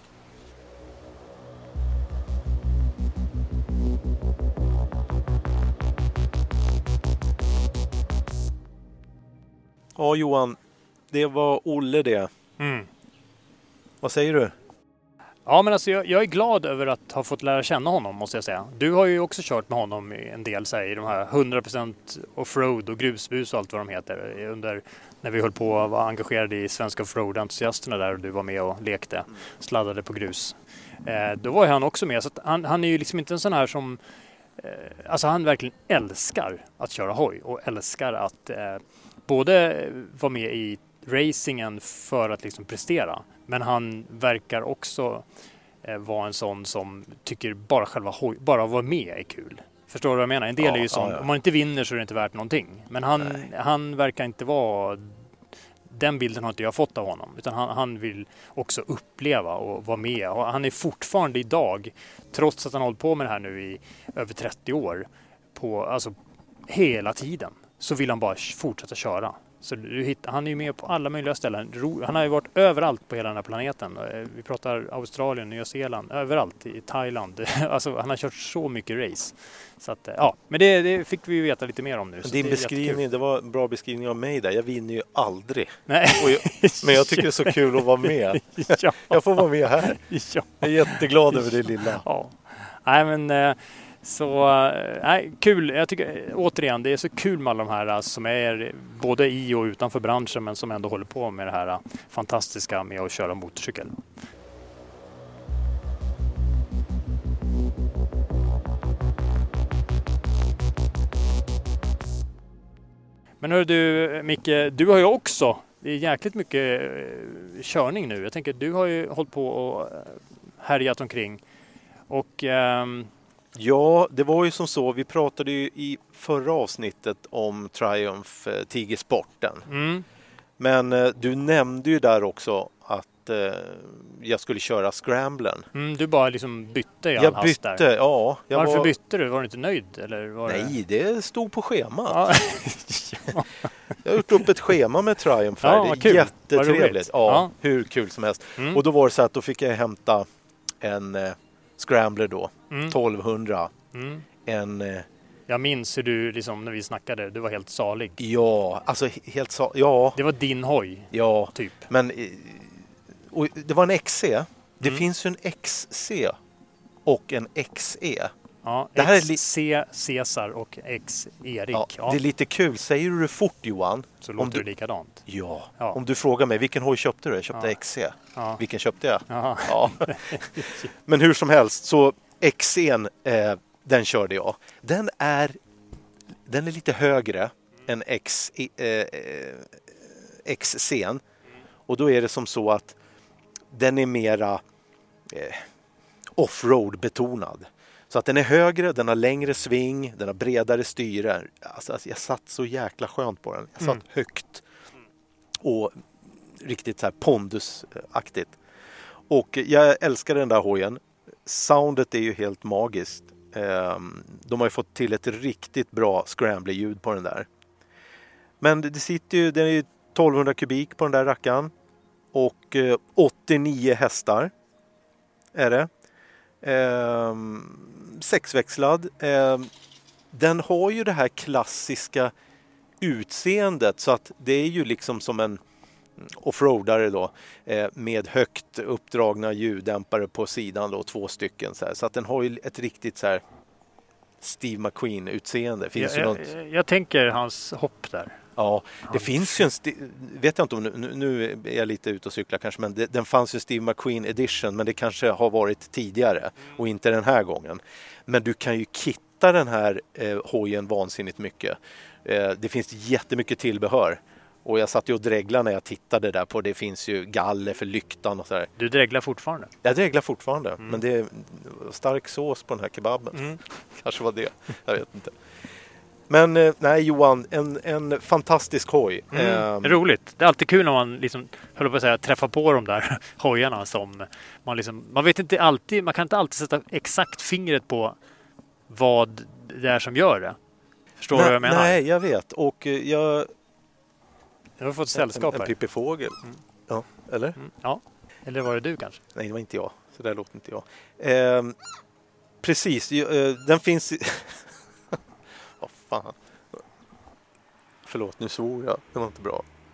Ja, Johan, det var Olle det. Mm. Vad säger du? Ja, men alltså jag, jag är glad över att ha fått lära känna honom, måste jag säga. Du har ju också kört med honom en del så här, i de här hundra procent offroad och grusbus och allt vad de heter. Under, när vi höll på att vara engagerade i svenska offroad-entusiasterna där och du var med och lekte, sladdade på grus. Eh, då var han också med. Så att han, han är ju liksom inte en sån här som... Eh, alltså han verkligen älskar att köra hoj och älskar att eh, både vara med i racingen för att liksom prestera. Men han verkar också eh, vara en sån som tycker bara själva hoj, bara att vara med är kul. Förstår du vad jag menar? En del ja, är ju sån, ja, ja. om man inte vinner så är det inte värt någonting. Men han, han verkar inte vara... Den bilden har inte jag fått av honom. Utan han, han vill också uppleva och vara med. Och han är fortfarande idag, trots att han har hållit på med det här nu i över trettio år, på, alltså hela tiden, så vill han bara fortsätta köra. Så du hittar, han är ju med på alla möjliga ställen. Han har ju varit överallt på hela den här planeten. Vi pratar Australien, Nya Zeeland, överallt i Thailand. Alltså han har kört så mycket race. Så att, ja, men det, det fick vi ju veta lite mer om nu. Din beskrivning, jättekul. Det var en bra beskrivning av mig där. Jag vinner ju aldrig. Nej. Jag, men jag tycker det är så kul att vara med. Ja. Jag får vara med här. Ja. Jag är jätteglad över det lilla. Ja. Nej, men... Så nej, kul. Jag tycker återigen det är så kul med alla de här som är både i och utanför branschen men som ändå håller på med det här fantastiska med att köra motorcykel. Men hör du Micke, du har ju också, det är jäkligt mycket körning nu. Jag tänker du har ju hållit på och härjat omkring och ehm, ja, det var ju som så. Vi pratade ju i förra avsnittet om Triumph eh, Tigersporten. Mm. Men eh, du nämnde ju där också att eh, jag skulle köra Scramblen. Mm, du bara liksom bytte i all Jag hast bytte, där. ja. Jag Varför var... bytte du? Var du inte nöjd? Eller var Nej, det... det stod på schemat. Ja. Jag har gjort upp ett schema med Triumph här. Ja, det är kul. jättetrevligt. Ja, Ja. hur kul som helst. Mm. Och då var det så att då fick jag hämta en eh, Scrambler då. Mm. tolvhundra. Mm. En... Eh, Jag minns hur du, liksom, när vi snackade, du var helt salig. ja, alltså helt så... Ja. Det var din hoj, Ja, typ. men eh, och det var en X C. Det Mm. finns ju en X C och en X E. Ja, Det här är X li- C Cesar och X Erik. Ja, Ja, det är lite kul. Säger du det fort, Johan? så om låter du... det likadant. Ja. Ja. Om du frågar mig, vilken hoj köpte du? Jag köpte Ja. X C. Ja. Vilken köpte jag? Jaha. Ja. Men hur som helst, så X C:n, eh, den körde jag. Den är, den är lite högre än X, eh, eh, X C:n. Och då är det som så att den är mera eh, offroad betonad. Så att den är högre, den har längre sving, den har bredare styre. Alltså, alltså jag satt så jäkla skönt på den. Jag satt Mm. högt och riktigt så här pondusaktigt. Och jag älskar den där hojen. Soundet är ju helt magiskt. De har ju fått till ett riktigt bra scrambler-ljud på den där. Men det sitter ju, det är ju tolvhundra kubik på den där rackan. Och åttionio hästar är det. Ehm, sexväxlad. Ehm, den har ju det här klassiska utseendet så att det är ju liksom som en offroadare då eh, med högt uppdragna ljuddämpare på sidan då, två stycken så här. Så att den har ju ett riktigt så här Steve McQueen utseende. Finns Jag, ju något... jag, jag tänker hans hopp där. Ja, det Han- finns ju en sti- vet jag inte om nu, nu är jag lite ute och cyklar kanske, men det, den fanns ju Steve McQueen edition, men det kanske har varit tidigare och inte den här gången. Men du kan ju kitta den här eh, hojen vansinnigt mycket. Eh, det finns jättemycket tillbehör. Och jag satt ju och dreglade när jag tittade där på, det finns ju galler för lyktan och sådär. Du dreglar fortfarande. Jag dreglar fortfarande, Mm. men det är stark sås på den här kebaben. Mm. Kanske var det, jag vet inte. Men eh, nej Johan, en, en fantastisk hoj. Mm. Ehm, Roligt. Det är alltid kul när man liksom, höll på att säga, träffar på de där hojarna som man liksom, man vet inte alltid, man kan inte alltid sätta exakt fingret på vad det är som gör det. Förstår du nej, vad jag menar? Nej, jag vet. Och eh, jag... Jag har fått sällskap En, en här. pippifågel. Mm. Ja, eller? Mm. Ja. Eller var det du kanske? Nej, det var inte jag. Så där låter inte jag. Ehm, precis, ju, eh, den finns i... Vad fan. Förlåt, nu svor jag. Det var inte bra.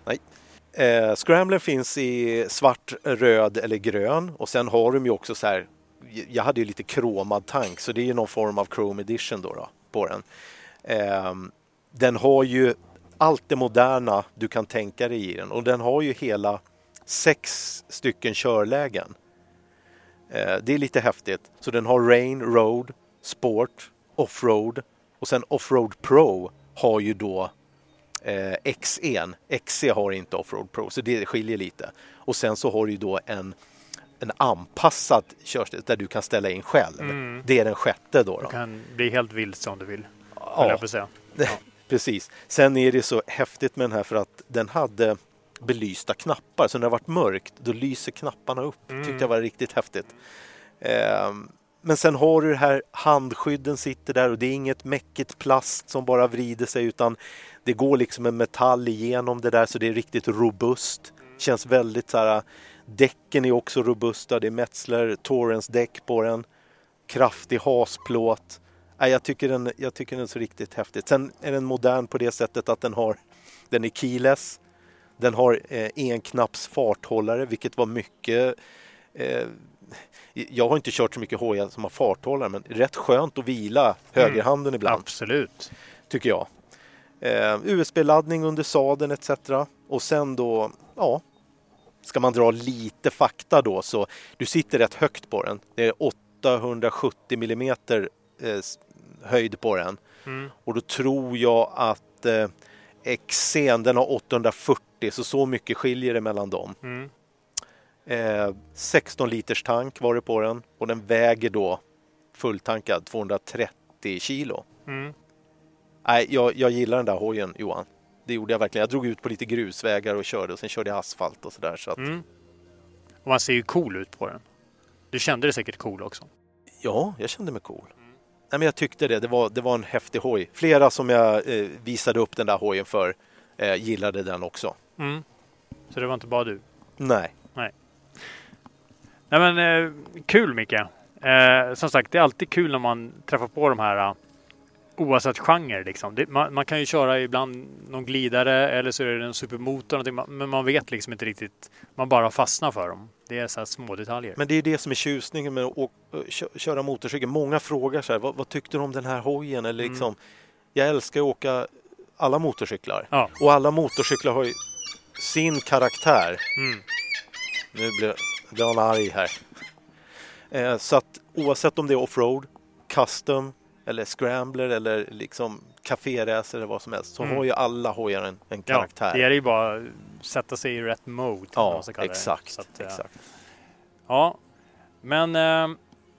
Nej. Eh, Scrambler finns i svart, röd eller grön. Och sen har de ju också så här... Jag hade ju lite kromad tank, så det är ju någon form av Chrome Edition då, då på den. Eh, den har ju allt det moderna du kan tänka dig i den. Och den har ju hela sex stycken körlägen. Eh, det är lite häftigt. Så den har Rain, Road, Sport, Offroad. Och sen Offroad Pro har ju då eh, X ett. X C har inte Offroad Pro, så det skiljer lite. Och sen så har du ju då en en anpassad körstil där du kan ställa in själv. Mm. Det är den sjätte då. då. Du kan bli helt vild som du vill. Ja, jag säga. Ja. Precis. Sen är det så häftigt med den här för att den hade belysta knappar. Så när det har varit mörkt, då lyser knapparna upp. Mm. Tyckte jag var riktigt häftigt. Ehm, men sen har du det här, handskydden sitter där och det är inget mäckigt plast som bara vrider sig, utan det går liksom en metall igenom det där, så det är riktigt robust. Känns väldigt så här. Däcken är också robusta. Det är Metzler Torrens-däck på den. Kraftig hasplåt. Nej, jag tycker den, jag tycker den är så riktigt häftigt. Sen är den modern på det sättet att den har den är keyless. Den har eh, en knapps farthållare, vilket var mycket... Eh, jag har inte kört så mycket hojar som har farthållare, men rätt skönt att vila högerhanden mm, ibland. Absolut. Tycker jag. Eh, U S B-laddning under sadeln et cetera. Och sen då, ja... Ska man dra lite fakta då, så du sitter rätt högt på den. Det är åttahundrasjuttio millimeter eh, höjd på den. Mm. Och då tror jag att eh, X C den har åttahundrafyrtio, så så mycket skiljer det mellan dem. Mm. Eh, sexton liters tank var det på den. Och den väger då fulltankad tvåhundratrettio kilo. Mm. Nej, jag, jag gillar den där hojen, Johan. Det gjorde jag verkligen. Jag drog ut på lite grusvägar och körde, och sen körde jag asfalt och sådär. Så att... mm. Och man ser ju cool ut på den. Du kände dig säkert cool också. Ja, jag kände mig cool. Mm. Nej, men jag tyckte det. Det var, det var en häftig hoj. Flera som jag eh, visade upp den där hojen för eh, gillade den också. Mm. Så det var inte bara du? Nej. Nej, Nej men eh, kul, Micke. Eh, som sagt, det är alltid kul när man träffar på de här... Uh, oavsett genre liksom. Det, man, man kan ju köra ibland någon glidare eller så är det en supermotor, men man vet liksom inte riktigt, man bara fastnar för dem. Det är så här små detaljer. Men det är det som är tjusningen med att å, kö, köra motorcykel. Många frågar så här, vad, vad tyckte du om den här hojen? Eller liksom, mm. Jag älskar att åka alla motorcyklar. Ja. Och alla motorcyklar har ju sin karaktär. Mm. Nu blir, blir han arg här. Eh, så att oavsett om det är offroad, custom eller scrambler eller liksom kaféracer eller vad som helst, så mm. har ju alla hojar en, en karaktär. Ja, det är ju bara att sätta sig i rätt mode. Ja, exakt. Så att, exakt. Ja, men eh,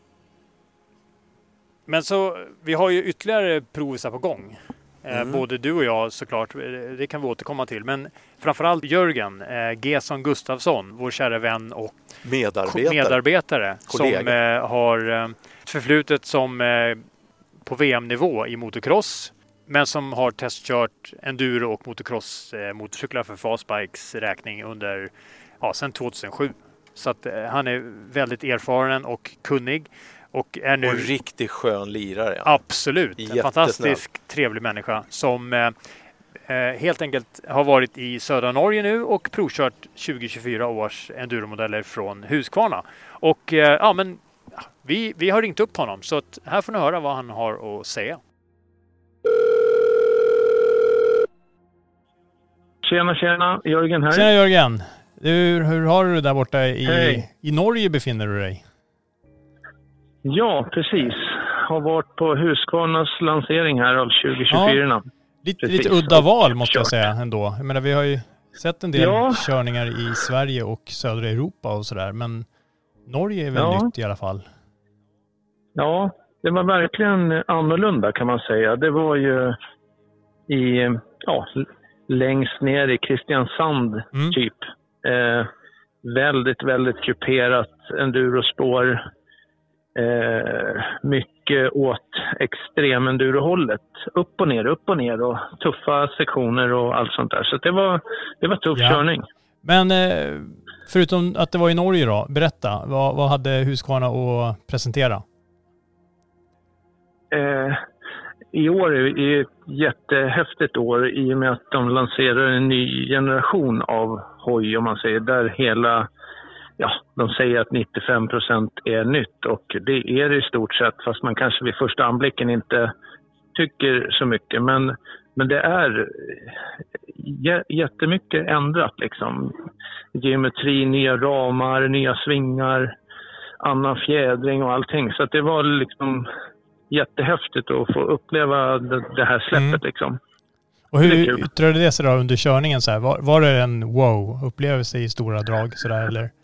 men så vi har ju ytterligare provisar på gång. Eh, mm. Både du och jag såklart, det kan vi återkomma till. Men framförallt Jörgen eh, Gesson Gustafsson, vår kära vän och medarbetare, medarbetare som eh, har eh, förflutet som eh, på V M-nivå i motocross, men som har testkört enduro och motocross eh, motorcyklar för Fastbikes räkning under ja, sedan tjugohundrasju. Så att eh, han är väldigt erfaren och kunnig och är nu och riktigt skön lirare. Ja. Absolut, en fantastisk trevlig människa som eh, helt enkelt har varit i södra Norge nu och provkört tjugo tjugofyra års enduromodeller från Husqvarna. Och eh, ja men Vi, vi har ringt upp honom, så att här får ni höra vad han har att säga. Tjena, tjena. Jörgen här. Tjena Jörgen. Hur, hur har du det där borta i, i Norge befinner du dig? Ja, precis. Har varit på Husqvarnas lansering här av tjugo tjugofyra. Ja, lite, lite udda val måste jag säga ändå. Jag menar, vi har ju sett en del ja. körningar i Sverige och södra Europa och sådär, men Norge är väl ja. nytt i alla fall. Ja, det var verkligen annorlunda kan man säga. Det var ju i, ja, längst ner i Kristiansand mm. typ. Eh, väldigt, väldigt kuperat endurospår. Eh, mycket åt extrem endurohållet. Upp och ner, upp och ner och tuffa sektioner och allt sånt där. Så det var, det var tuff ja. körning. Men eh, förutom att det var i Norge då, berätta, vad, vad hade Husqvarna att presentera? Eh, i år är ett jättehäftigt år i och med att de lanserar en ny generation av hoj, om man säger, där hela, ja, de säger att nittiofem procent är nytt, och det är det i stort sett, fast man kanske vid första anblicken inte tycker så mycket, men, men det är j- jättemycket ändrat liksom. Geometri, nya ramar, nya svingar, annan fjädring och allting, så att det var liksom jättehäftigt att få uppleva det, det här släppet mm. liksom. Och hur yttrade det sig då under körningen så här? Var, var det en wow-upplevelse i stora drag så där, eller?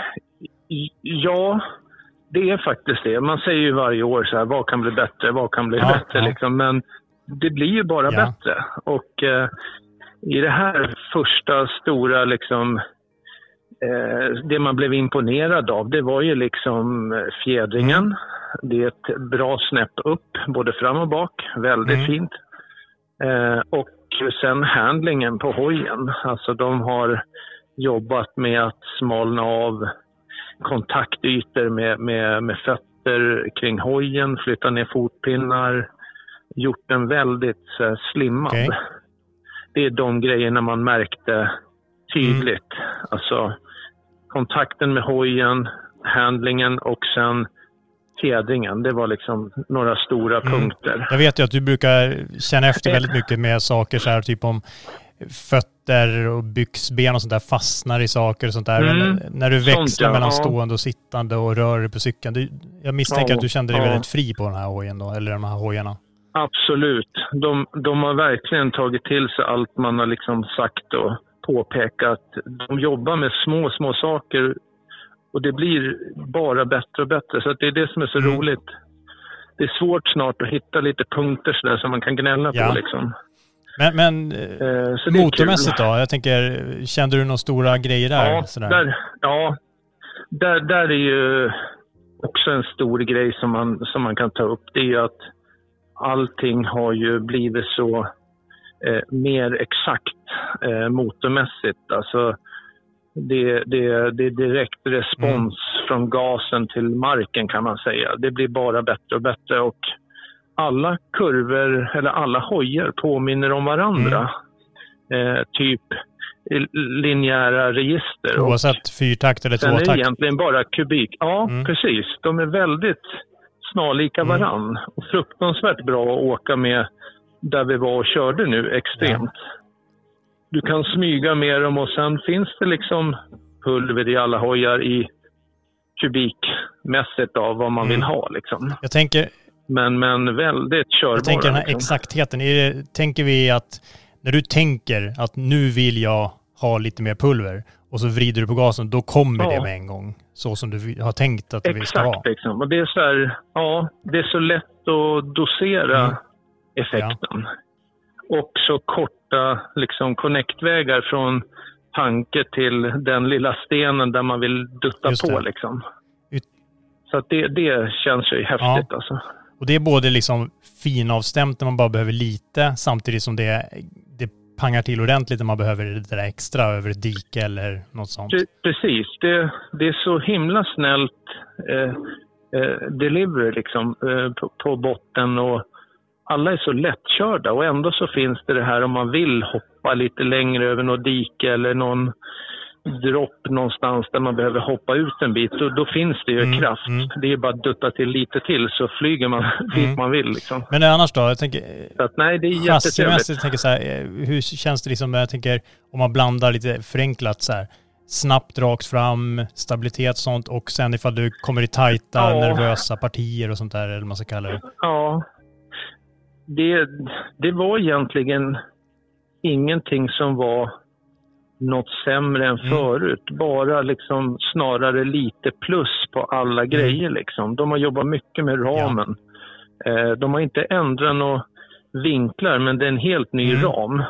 Ja, det är faktiskt det. Man säger ju varje år så här, vad kan bli bättre, vad kan bli ja, bättre ja. liksom, men det blir ju bara ja. bättre. Och eh, i det här första stora liksom eh, det man blev imponerad av, det var ju liksom fjädringen. Mm. Det är ett bra snäpp upp, både fram och bak. Väldigt mm. fint. Eh, och sen handlingen på hojen. Alltså de har jobbat med att smalna av kontaktytor med, med, med fötter kring hojen. Flytta ner fotpinnar. Gjort den väldigt så här, slimmad. Okay. Det är de grejerna man märkte tydligt. Mm. Alltså kontakten med hojen, handlingen och sen fjädringen, det var liksom några stora mm. punkter. Jag vet ju att du brukar känna efter väldigt mycket med saker så här, typ om fötter och byxben och sånt där fastnar i saker och sånt där. Mm. När du växlar sånt, ja. mellan ja. stående och sittande och rör dig på cykeln. Du, jag misstänker ja. att du kände dig ja. väldigt fri på den här hojen då, eller de här hojarna. Absolut. De, de har verkligen tagit till sig allt man har liksom sagt och påpekat. De jobbar med små, små saker. Och det blir bara bättre och bättre. Så att det är det som är så mm. roligt. Det är svårt snart att hitta lite punkter så där som man kan gnälla ja. på. Liksom. Men, men eh, motormässigt då? Jag tänker, kände du några stora grejer där? Ja, sådär? där, ja där, där är ju också en stor grej som man, som man kan ta upp. Det är ju att allting har ju blivit så eh, mer exakt eh, motormässigt. Alltså Det, det, det är direkt respons mm. från gasen till marken, kan man säga. Det blir bara bättre och bättre, och alla kurvor eller alla hojar påminner om varandra. Mm. Eh, typ linjära register. Oavsett fyrtakt eller tvåtakt. Sen är det egentligen bara kubik. Ja, mm. precis. De är väldigt snarlika mm. varann. Och fruktansvärt bra att åka med där vi var och körde nu extremt. Ja. Du kan smyga med dem, och sen finns det liksom pulver i alla hojar i kubikmässigt av vad man mm. vill ha liksom. Jag tänker, men, men väldigt körbara. Jag tänker den här liksom. exaktheten. Är det, tänker vi att när du tänker att nu vill jag ha lite mer pulver och så vrider du på gasen, då kommer ja. det med en gång. Så som du har tänkt att det ska vara. Exakt liksom. Och det är så här, ja, det är så lätt att dosera mm. effekten. Ja. Och så korta liksom connectvägar från tanke till den lilla stenen där man vill dutta på liksom. Ut... Så att det, det känns ju häftigt ja. alltså. Och det är både liksom finavstämt när man bara behöver lite, samtidigt som det, det pangar till ordentligt när man behöver det där extra över ett dike eller något sånt. Precis, det, det är så himla snällt eh, eh, delivery liksom eh, på, på botten, och alla är så lättkörda, och ändå så finns det det här om man vill hoppa lite längre över något dike eller någon dropp någonstans där man behöver hoppa ut en bit, och då finns det ju mm, kraft. Mm. Det är bara att dutta till lite till så flyger man mm. dit man vill liksom. Men annars då? Jag tänker, så att, nej, det är jättetrevligt. Jag tänker så här, hur känns det liksom, jag tänker om man blandar lite förenklat så här, snabbt rakt fram, stabilitet och sånt, och sen ifall du kommer i tajta, ja. nervösa partier och sånt där, eller vad man ska kalla det. Ja. Det, det var egentligen ingenting som var något sämre än mm. förut. Bara liksom snarare lite plus på alla mm. grejer liksom. De har jobbat mycket med ramen. Ja. Eh, de har inte ändrat några vinklar, men det är en helt ny mm. ram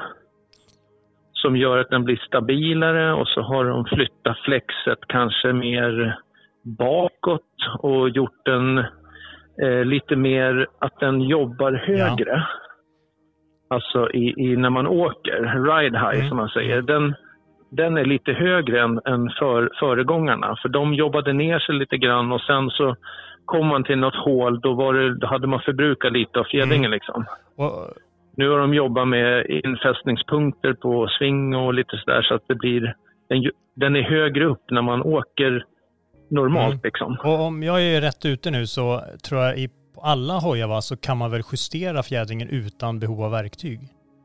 som gör att den blir stabilare, och så har de flyttat flexet kanske mer bakåt och gjort den Eh, lite mer att den jobbar högre. Ja. Alltså i, i när man åker, ride high mm. som man säger. Den, den är lite högre än, än för, föregångarna. För de jobbade ner sig lite grann, och sen så kom man till något hål, då, var det, då hade man förbrukat lite av fjädringen mm. liksom. Och... Nu har de jobbat med infästningspunkter på sving och lite sådär, så att det blir, den, den är högre upp när man åker normalt mm. liksom. Och om jag är rätt ute nu så tror jag i på alla hojar va, så kan man väl justera fjädringen utan behov av verktyg?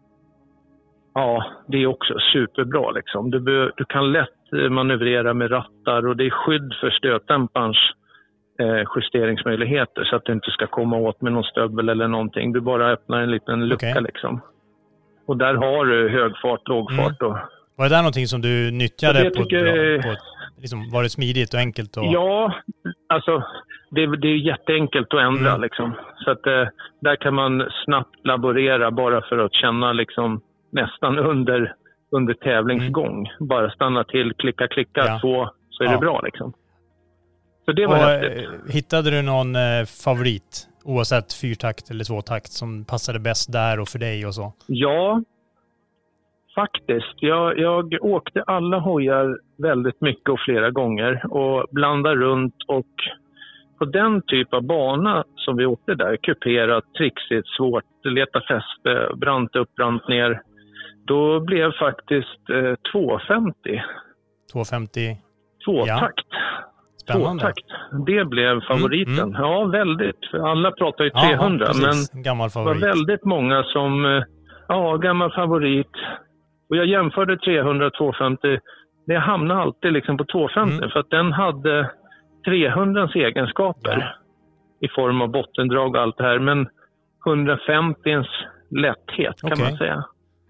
Ja, det är också superbra liksom. Du, be, du kan lätt manövrera med rattar och det är skydd för stötdämparens eh, justeringsmöjligheter så att du inte ska komma åt med någon stövel eller någonting. Du bara öppnar en liten lucka okay. liksom. Och där har du högfart, lågfart och... Mm. Var det där någonting som du nyttjade på, tycker... på ett, liksom, var det smidigt och enkelt? Och... Ja, alltså det, det är jätteenkelt att ändra mm. liksom. Så att eh, där kan man snabbt laborera bara för att känna liksom nästan under, under tävlingsgång. Mm. Bara stanna till, klicka, klicka, ja. så, så är ja. det bra liksom. Så det var och, häftigt. Hittade du någon eh, favorit, oavsett fyrtakt eller tvåtakt, som passade bäst där och för dig och så? Ja, faktiskt. Jag, jag åkte alla hojar väldigt mycket och flera gånger och blandade runt, och på den typ av bana som vi åkte där, kuperat, trixigt, svårt, leta fäste, brant upp, brant ner, då blev faktiskt eh, tvåhundrafemtio. tvåhundrafemtio? Tvåtakt. Ja. Spännande. Tvåtakt. Det blev favoriten. Mm, mm. Ja, väldigt. För alla pratar ju trehundra, ja, men gammal favorit. Det var väldigt många som, ja, gammal favorit. Och jag jämförde trehundra och tvåhundrafemtio. Det hamnade alltid liksom på tvåhundrafemtio mm. för att den hade trehundrans egenskaper ja. i form av bottendrag och allt det här. Men hundrafemtions lätthet kan okay. man säga.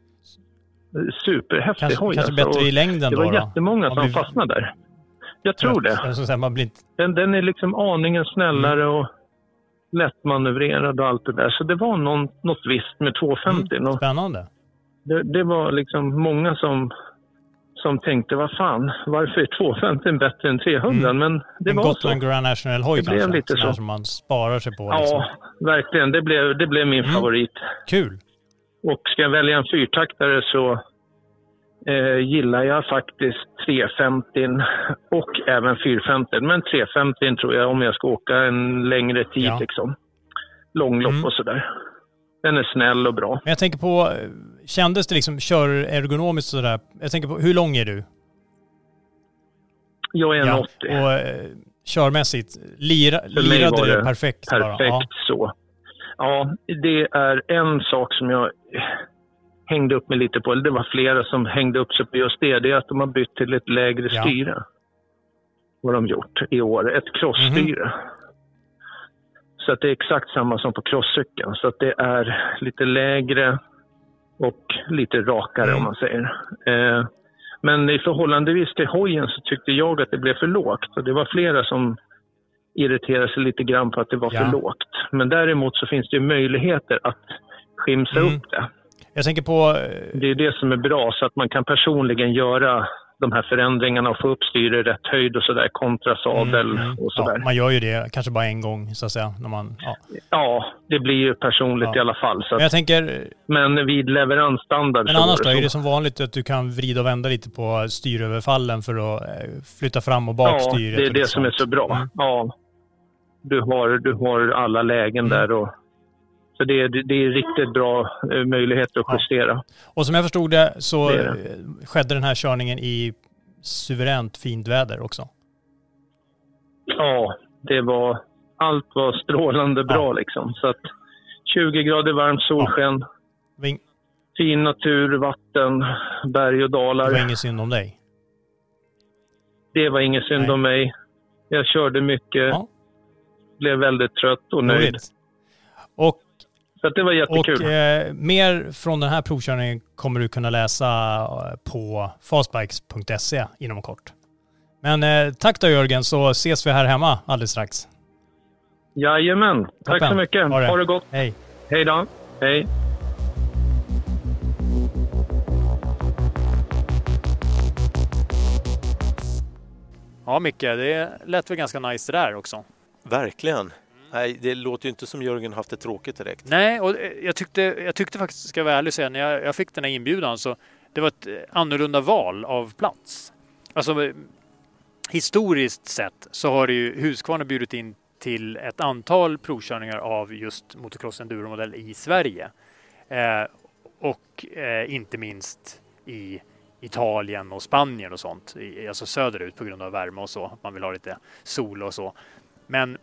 Superhäftig kanske, hoj. Kanske bättre i längden det då? Det var då? jättemånga som blir... fastnade där. Jag tror det. Alltså, så här, man blir inte... den, den är liksom aningen snällare mm. och lättmanövrerad och allt det där. Så det var någon, något visst med tvåhundrafemtio. Mm. Spännande. Det, det var liksom många som, som tänkte, vad fan, varför är tvåhundrafemtio bättre än trehundra? Mm. Men det en var Gotland så. Grand National hoj det kanske? Blev lite så. Som man sparar sig på. Ja, liksom. verkligen. Det blev, det blev min mm. favorit. Kul. Och ska jag välja en fyrtaktare så eh, gillar jag faktiskt trehundrafemtio och även fyrahundrafemtio. Men trehundrafemtio tror jag om jag ska åka en längre tid ja. liksom. Långlopp mm. och sådär. Den är snäll och bra. Men jag tänker på, kändes det liksom kör ergonomiskt sådär? Jag tänker på, hur lång är du? Jag är en ja. åttio. Och eh, körmässigt, lira, lirade det, det perfekt? Perfekt bara. Ja. så. Ja, det är en sak som jag hängde upp mig lite på. Det var flera som hängde upp sig på just det. Det är att de har bytt till ett lägre ja. styre. Vad de gjort i år. Ett crossstyre. Mm-hmm. Så att det är exakt samma som på crosscykeln. Så att det är lite lägre och lite rakare mm. om man säger. Eh, men i förhållandevis till hojen så tyckte jag att det blev för lågt. Och det var flera som irriterade sig lite grann på att det var ja. för lågt. Men däremot så finns det ju möjligheter att skimsa mm. upp det. Jag tänker på... Det är det som är bra, så att man kan personligen göra de här förändringarna och få upp styr i rätt höjd och sådär, kontra sadel mm. och sådär. Ja, man gör ju det kanske bara en gång så att säga. När man, ja. ja, det blir ju personligt ja. i alla fall. Så att, men, jag tänker, men vid leveransstandard... Men annars då, är det som vanligt att du kan vrida och vända lite på styröverfallen för att flytta fram och bak ja, styret? Ja, det är det liksom. som är så bra. Mm. Ja, du har, du har alla lägen mm. där och... Så det är, det är riktigt bra möjlighet att justera. Ja. Och som jag förstod det så det det. skedde den här körningen i suveränt fint väder också. Ja, det var, allt var strålande bra ja. liksom. Så att tjugo grader varmt solsken, ja. Ing- fin natur, vatten, berg och dalar. Det var ingen synd om dig? Det var ingen synd Nej. om mig. Jag körde mycket, ja. blev väldigt trött och nöjd. Och Så det var jättekul. Och eh, mer från den här provkörningen kommer du kunna läsa på fastbikes punkt se inom kort. Men eh, tack då Jörgen, så ses vi här hemma alldeles strax. Jajamän, tack Toppen. så mycket. Ha det. ha det gott. Hej. Hej då. Hej. Ja Micke, det lät väl ganska nice det där också. Verkligen. Nej, det låter ju inte som Jörgen haft det tråkigt direkt. Nej, och jag tyckte, jag tyckte faktiskt, ska jag vara ärlig och säga, när jag, jag fick den här inbjudan så det var ett annorlunda val av plats. Alltså historiskt sett så har det ju Husqvarna bjudit in till ett antal provkörningar av just motocross enduro-modell i Sverige. Eh, och eh, inte minst i Italien och Spanien och sånt. I, alltså söderut på grund av värme och så. Man vill ha lite sol och så. Men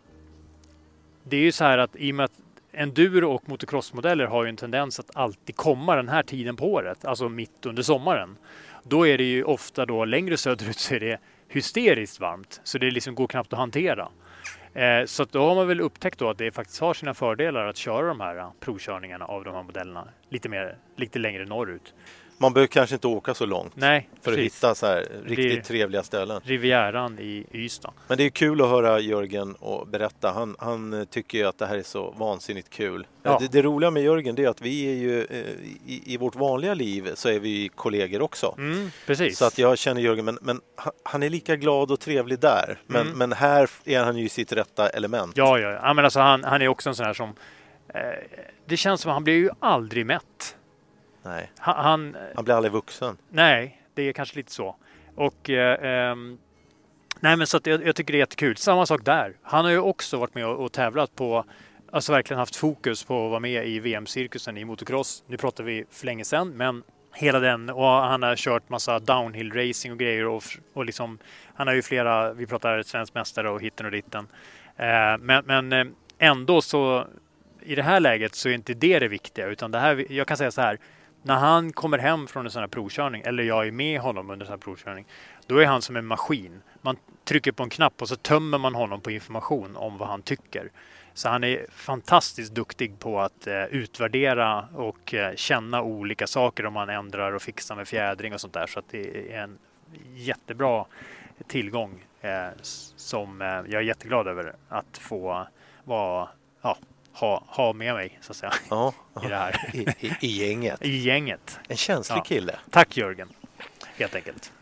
det är ju så här att i och med att enduro- och motocrossmodeller har ju en tendens att alltid komma den här tiden på året. Alltså mitt under sommaren. Då är det ju ofta då längre söderut så är det hysteriskt varmt. Så det liksom går knappt att hantera. Eh, så att då har man väl upptäckt då att det faktiskt har sina fördelar att köra de här provkörningarna av de här modellerna lite, mer, lite längre norrut. Man behöver kanske inte åka så långt Nej, för precis. att hitta så här riktigt Det, trevliga ställen. Rivieran i Ystad. Men det är kul att höra Jörgen och berätta. Han, han tycker ju att det här är så vansinnigt kul. Ja. Det, det roliga med Jörgen är att vi är ju eh, i, i vårt vanliga liv så är vi kollegor också. Mm, precis. Så att jag känner Jörgen, men, men han är lika glad och trevlig där. Men, Mm. men här är han ju i sitt rätta element. Ja, ja, ja. Men alltså han, han är också en sån här som... Eh, det känns som att han blir ju aldrig mätt. Nej. Han, han, han blir aldrig vuxen. Nej, det är kanske lite så. Och... Eh, eh, nej, men så att jag, jag tycker det är jättekul. Samma sak där. Han har ju också varit med och, och tävlat på... Alltså verkligen haft fokus på att vara med i V M-cirkusen i motocross. Nu pratar vi för länge sedan, men hela den, och han har kört massa downhill racing och grejer och, och liksom, han har ju flera, vi pratar svensk mästare och hitten och ditten. Eh, men, men ändå så i det här läget så är inte det det viktiga, utan det här, jag kan säga så här, när han kommer hem från en sån här provkörning, eller jag är med honom under en sån här provkörning, då är han som en maskin. Man trycker på en knapp och så tömmer man honom på information om vad han tycker. Så han är fantastiskt duktig på att eh, utvärdera och eh, känna olika saker om man ändrar och fixar med fjädring och sånt där. Så att det är en jättebra tillgång eh, som eh, jag är jätteglad över att få vara, ja, ha, ha med mig så att säga. Ja, i det här. I, i, i gänget. I gänget. En känslig ja. kille. Tack Jörgen, helt enkelt.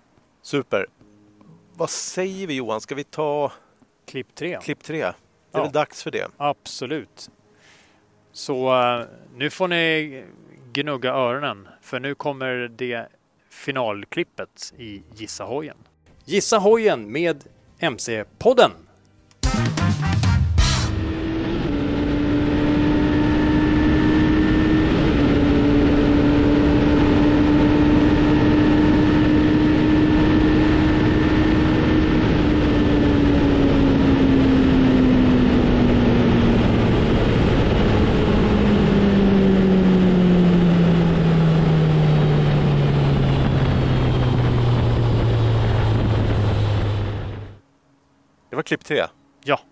Super. Vad säger vi Johan? Ska vi ta klipp tre? Klipp tre. Det är ja. väl dags för det. Absolut. Så uh, nu får ni gnugga öronen. För nu kommer det finalklippet i Gissa hojen. Gissa hojen med M C-podden. Det var klipp tre. Ja.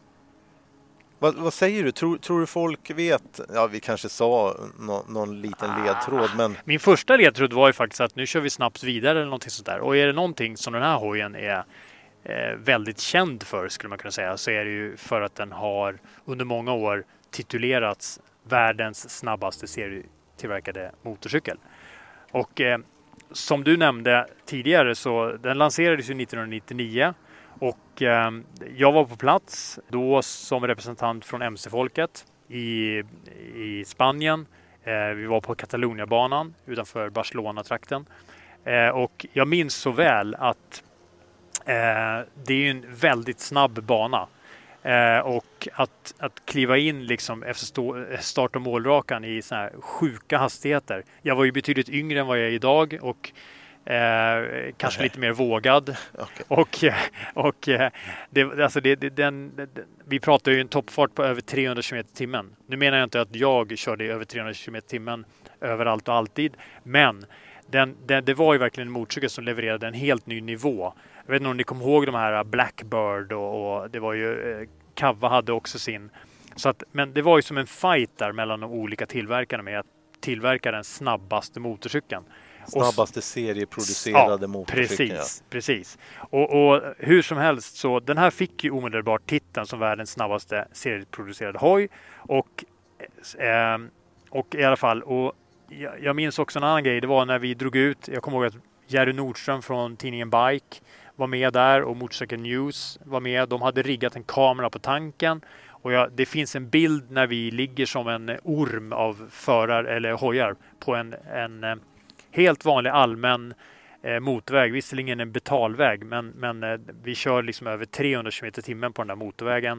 Vad, vad säger du? Tror, tror du folk vet? Ja, vi kanske sa no, någon liten ledtråd, men... Min första ledtråd var ju faktiskt att nu kör vi snabbt vidare eller någonting sånt där. Och är det någonting som den här hojen är eh, väldigt känd för, skulle man kunna säga, så är det ju för att den har under många år titulerats världens snabbaste serietillverkade motorcykel. Och eh, som du nämnde tidigare så den lanserades ju nittonhundranittionio. Och eh, jag var på plats då som representant från M C-folket i, i Spanien. Eh, vi var på Cataloniabanan utanför Barcelona-trakten. Eh, och jag minns så väl att eh, det är en väldigt snabb bana. Eh, och att, att kliva in liksom efter stå, start- och målrakan i såna här sjuka hastigheter. Jag var ju betydligt yngre än vad jag är idag och Eh, kanske lite mer vågad. Okay. Och, och det, alltså det, det, den, det, vi pratar ju en toppfart på över trehundra kilometer i timmen. Nu menar jag inte att jag körde över trehundra kilometer i timmen överallt och alltid. Men den, den, det var ju verkligen en motorcykel som levererade en helt ny nivå. Jag vet inte om ni kommer ihåg de här Blackbird och, och det var ju eh, Kava hade också sin. Så att, men det var ju som en fight där mellan de olika tillverkarna med att tillverka den snabbaste motorcykeln. Snabbaste serieproducerade ja, motorcykeln. Precis, ja. precis. Och, och hur som helst så den här fick ju omedelbart titeln som världens snabbaste serieproducerade hoj. Och, eh, och i alla fall, och jag, jag minns också en annan grej. Det var när vi drog ut, jag kommer ihåg att Jerry Nordström från tidningen Bike var med där och Motorcycle News var med. De hade riggat en kamera på tanken. Och jag, det finns en bild när vi ligger som en orm av förar eller hojar på en, en helt vanlig allmän eh, motorväg, visserligen en betalväg, men, men eh, vi kör liksom över trehundra kilometer i timmen på den där motorvägen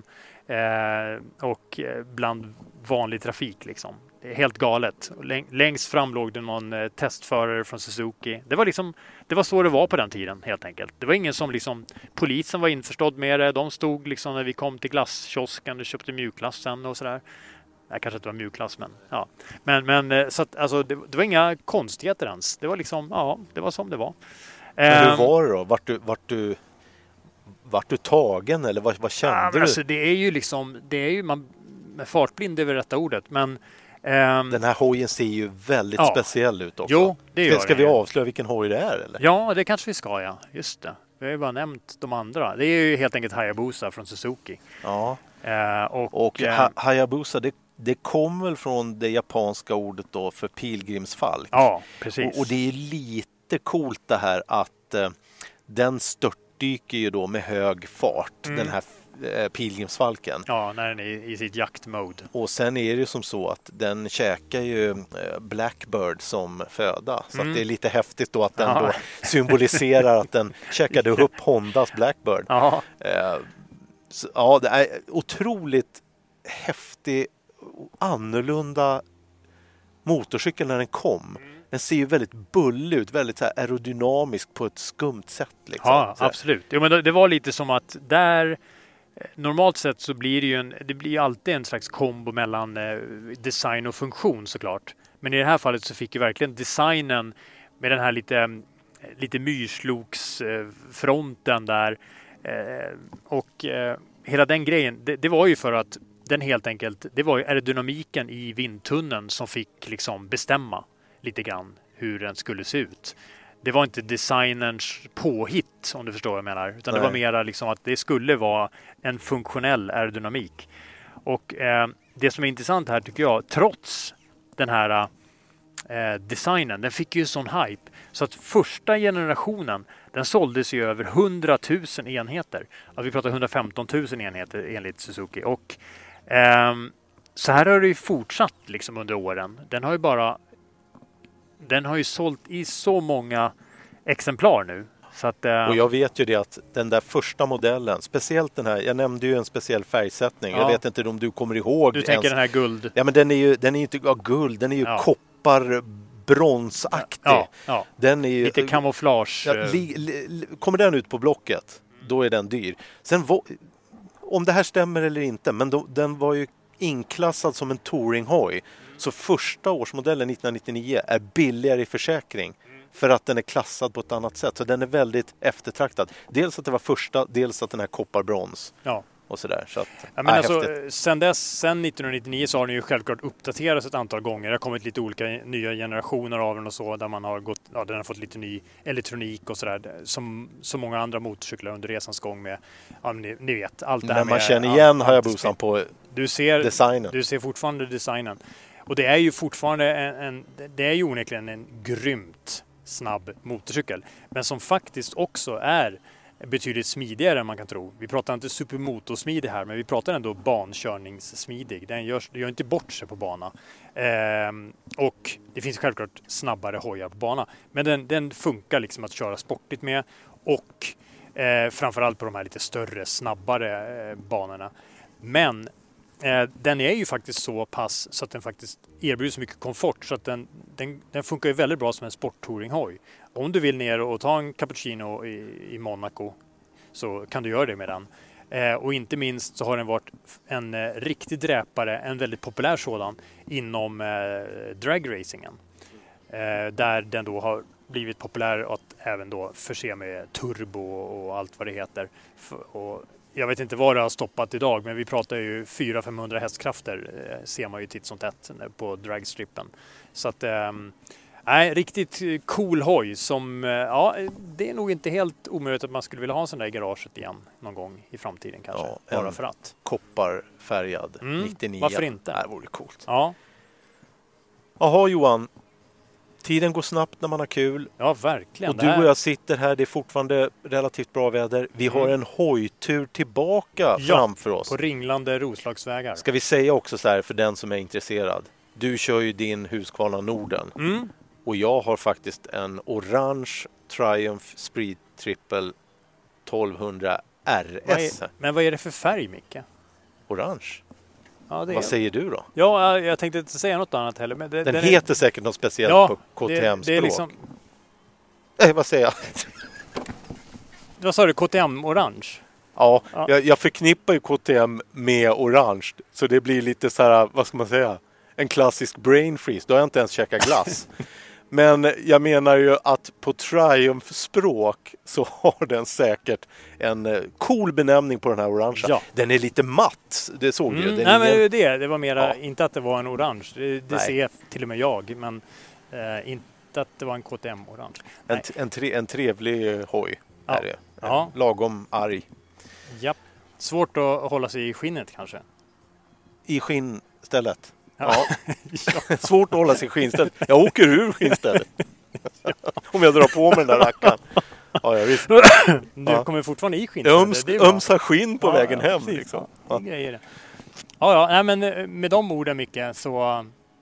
eh, och eh, bland vanlig trafik liksom. Det är helt galet. Läng- längst fram låg det någon eh, testförare från Suzuki. Det var liksom, det var så det var på den tiden helt enkelt. Det var ingen som liksom, polisen var införstådd med det. De stod liksom när vi kom till glasskiosken och köpte mjukglass sen och sådär. Nej, kanske inte var mjukglass, men ja. Men, men så att, alltså, det, det var inga konstigheter ens. Det var liksom, ja, det var som det var. Men hur var det då? Vart du, vart du, vart du tagen eller vad, vad kände ja, du? Alltså, det är ju liksom, det är ju, man, fartblind är väl rätta ordet, men ehm, den här hojen ser ju väldigt ja. speciell ut också. Jo, det gör ska ska det. vi avslöja vilken hoj det är eller? Ja, det kanske vi ska, ja. Just det. Vi har ju bara nämnt de andra. Det är ju helt enkelt Hayabusa från Suzuki. Ja. Eh, och och eh, ha- Hayabusa, det, det kom väl från det japanska ordet då för pilgrimsfalk. Ja, precis. Och, och det är lite coolt det här att eh, den störtdyker ju då med hög fart, Mm. den här eh, pilgrimsfalken. Ja, när den är i sitt jaktmode. Och sen är det ju som så att den käkar ju eh, Blackbird som föda. Så Mm. att det är lite häftigt då att den Ja. då symboliserar att den käkade upp Hondas Blackbird. Ja. Eh, så, ja, det är otroligt häftig och annorlunda motorcykel när den kom. Den ser ju väldigt bullig ut, väldigt så här aerodynamisk på ett skumt sätt. Liksom. Ja, så här. absolut. Jo, men det, det var lite som att där normalt sett så blir det ju en, det blir ju alltid en slags kombo mellan eh, design och funktion såklart. Men i det här fallet så fick ju verkligen designen med den här lite, lite myrsloksfronten där eh, och eh, hela den grejen, det, det var ju för att den helt enkelt, det var ju aerodynamiken i vindtunneln som fick liksom bestämma lite grann hur den skulle se ut. Det var inte designerns påhitt, om du förstår vad jag menar, utan Nej. det var mera liksom att det skulle vara en funktionell aerodynamik. Och eh, det som är intressant här tycker jag, trots den här eh, designen, den fick ju sån hype så att första generationen, den såldes ju över hundratusen enheter. Alltså vi pratar hundrafemton tusen enheter enligt Suzuki. Och eh, så här har det ju fortsatt liksom under åren. Den har ju bara Den har ju sålt i så många exemplar nu. Så att, eh, Och jag vet ju det att den där första modellen, speciellt den här, jag nämnde ju en speciell färgsättning. Ja. Jag vet inte om du kommer ihåg. Du tänker ens. den här guld. Ja, men den är ju, den är ju inte ja, guld, den är ju Ja. koppar bronsaktig. Ja, ja. Den är ju, Lite kamouflage. Ja, li, li, kommer den ut på Blocket, då är den dyr. Sen var, om det här stämmer eller inte, men då, den var ju inklassad som en touringhoj. Så första årsmodellen nittonhundranittionio är billigare i försäkring för att den är klassad på ett annat sätt. Så den är väldigt eftertraktad. Dels att det var första, dels att den här kopparbrons. Ja. Och sådär. Så att, Ja, men nej, alltså, häftigt. sen, dess, sen nittonhundranittionio så har den ju självklart uppdaterats ett antal gånger. Det har kommit lite olika nya generationer av den och så, där man har gått, ja, den har fått lite ny elektronik och sådär, som så många andra motorcyklar under resans gång med, ja, ni, ni vet, allt det här Men man med, känner igen ja, Hayabusan på du ser, designen. Du ser fortfarande designen. Och det är ju fortfarande en, en det är ju onekligen en grymt snabb motorcykel. Men som faktiskt också är betydligt smidigare än man kan tro. Vi pratar inte supermotorsmidig här, men vi pratar ändå bankörningssmidig. Den gör, gör inte bort sig på bana. Ehm, och det finns självklart snabbare hojar på bana. Men den, den funkar liksom att köra sportigt med. Och eh, framförallt på de här lite större, snabbare eh, banorna. Men eh, den är ju faktiskt så pass så att den faktiskt erbjuder så mycket komfort så att den, den, den funkar ju väldigt bra som en sporttouringhoj. Om du vill ner och ta en cappuccino i, i Monaco så kan du göra det med den. Eh, och inte minst så har den varit en eh, riktig dräpare, en väldigt populär sådan inom eh, dragracingen. Eh, där den då har blivit populär att även då förse med turbo och allt vad det heter. F- och jag vet inte vad det har stoppat idag, men vi pratar ju fyra till femhundra hästkrafter eh, ser man ju titt som tätt på dragstrippen. Så att eh, nej, riktigt cool hoj som, eh, ja, det är nog inte helt omöjligt att man skulle vilja ha en sån där i garaget igen någon gång i framtiden kanske. Ja, bara en för att. Kopparfärgad Mm, nittionio. varför inte? Det här vore coolt. Ja, Jaha Johan, tiden går snabbt när man har kul. ja verkligen. Och Det du här- och jag sitter här, det är fortfarande relativt bra väder. Vi har en hojtur tillbaka Ja, framför oss. på ringlande Roslagsvägar. Ska vi säga också så här för den som är intresserad. Du kör ju din Husqvarna Norden. Mm. Och jag har faktiskt en orange Triumph Speed Triple tolvhundra R S. Vad är, men vad är det för färg, Micke? Orange. Ja, det vad är... säger du då? Ja, jag tänkte inte säga något annat heller. Men det, den den heter är... säkert något speciellt ja, på K T M-språk. Det, det är liksom... Nej, vad säger jag? Vad sa du? K T M-orange? Ja, ja. Jag, jag förknippar ju K T M med orange. Så det blir lite så här, vad ska man säga? En klassisk brain freeze. Då har jag inte ens käkat glass. Men jag menar ju att på Triumph-språk så har den säkert en cool benämning på den här orangea. Ja. Den är lite matt, det såg mm, du. Den nej, ingen... men det, det var mera, ja. Inte att det var en orange. Det, det ser till och med jag, men eh, inte att det var en K T M-orange. En, en, tre, en trevlig hoj ja. är det. Ja. Lagom arg. Ja. Svårt att hålla sig i skinnet kanske. I skinnstället. Ja. Ja. Svårt att hålla sig i skinnstället. Jag åker ur skinnstället. Ja. Om jag drar på mig den där rackaren. Ja, jag visst. Du ja. kommer fortfarande i skinnstället. Öms, ömsa skinn på ja, vägen ja, hem. Precis, liksom. Ja, ja. ja, ja nej, men med de orden, Micke, så...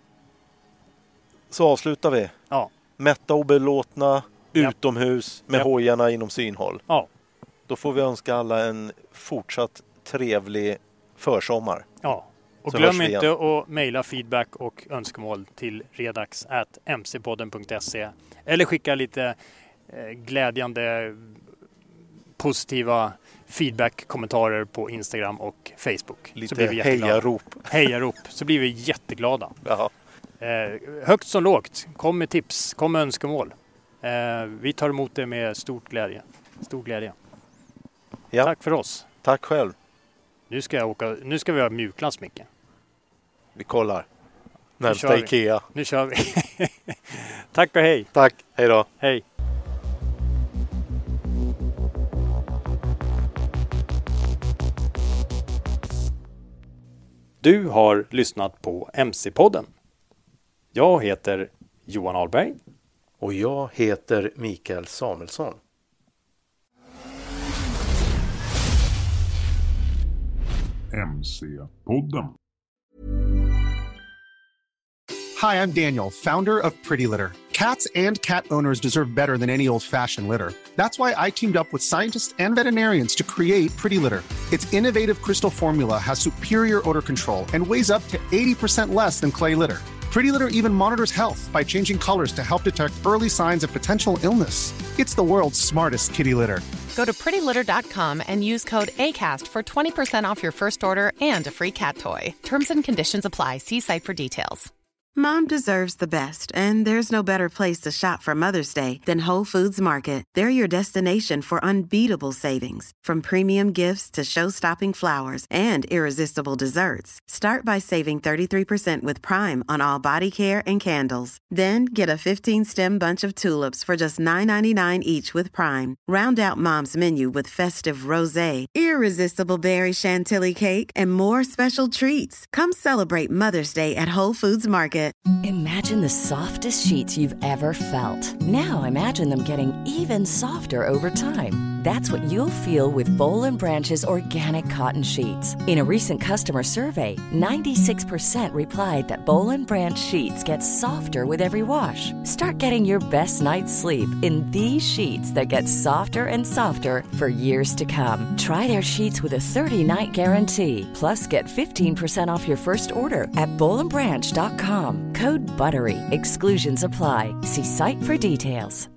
Så avslutar vi. Ja. Mätta och belåtna, ja. Utomhus med ja. Hojarna inom synhåll. Ja. Då får vi önska alla en fortsatt trevlig försommar. Ja. Och så glöm inte att mejla feedback och önskemål till redax at m c podden punkt se eller skicka lite eh, glädjande positiva feedback-kommentarer på Instagram och Facebook. Lite så blir vi hejarop. Hejarop, så blir vi jätteglada. Jaha. Eh, högt som lågt, kom med tips, kom med önskemål. Eh, vi tar emot det med stort glädje. Stor glädje. Ja. Tack för oss. Tack själv. Nu ska, jag åka, nu ska vi ha mjukglass, Micke. Vi kollar. Närmsta Ikea. Nu kör vi. Tack och hej. Tack. Hej då. Hej. Du har lyssnat på M C-podden. Jag heter Johan Ahlberg. Och jag heter Mikael Samuelsson. M C-podden. Hi, I'm Daniel, founder of Pretty Litter. Cats and cat owners deserve better than any old-fashioned litter. That's why I teamed up with scientists and veterinarians to create Pretty Litter. Its innovative crystal formula has superior odor control and weighs up to eighty percent less than clay litter. Pretty Litter even monitors health by changing colors to help detect early signs of potential illness. It's the world's smartest kitty litter. Go to pretty litter dot com and use code ACAST for twenty percent off your first order and a free cat toy. Terms and conditions apply. See site for details. Mom deserves the best, and there's no better place to shop for Mother's Day than Whole Foods Market. They're your destination for unbeatable savings, from premium gifts to show-stopping flowers and irresistible desserts. Start by saving thirty-three percent with Prime on all body care and candles. Then get a fifteen-stem bunch of tulips for just nine ninety-nine each with Prime. Round out Mom's menu with festive rosé, irresistible berry chantilly cake, and more special treats. Come celebrate Mother's Day at Whole Foods Market. Imagine the softest sheets you've ever felt. Now imagine them getting even softer over time. That's what you'll feel with Boll and Branch's organic cotton sheets. In a recent customer survey, ninety-six percent replied that Boll and Branch sheets get softer with every wash. Start getting your best night's sleep in these sheets that get softer and softer for years to come. Try their sheets with a thirty-night guarantee. Plus, get fifteen percent off your first order at boll and branch dot com. Code BUTTERY. Exclusions apply. See site for details.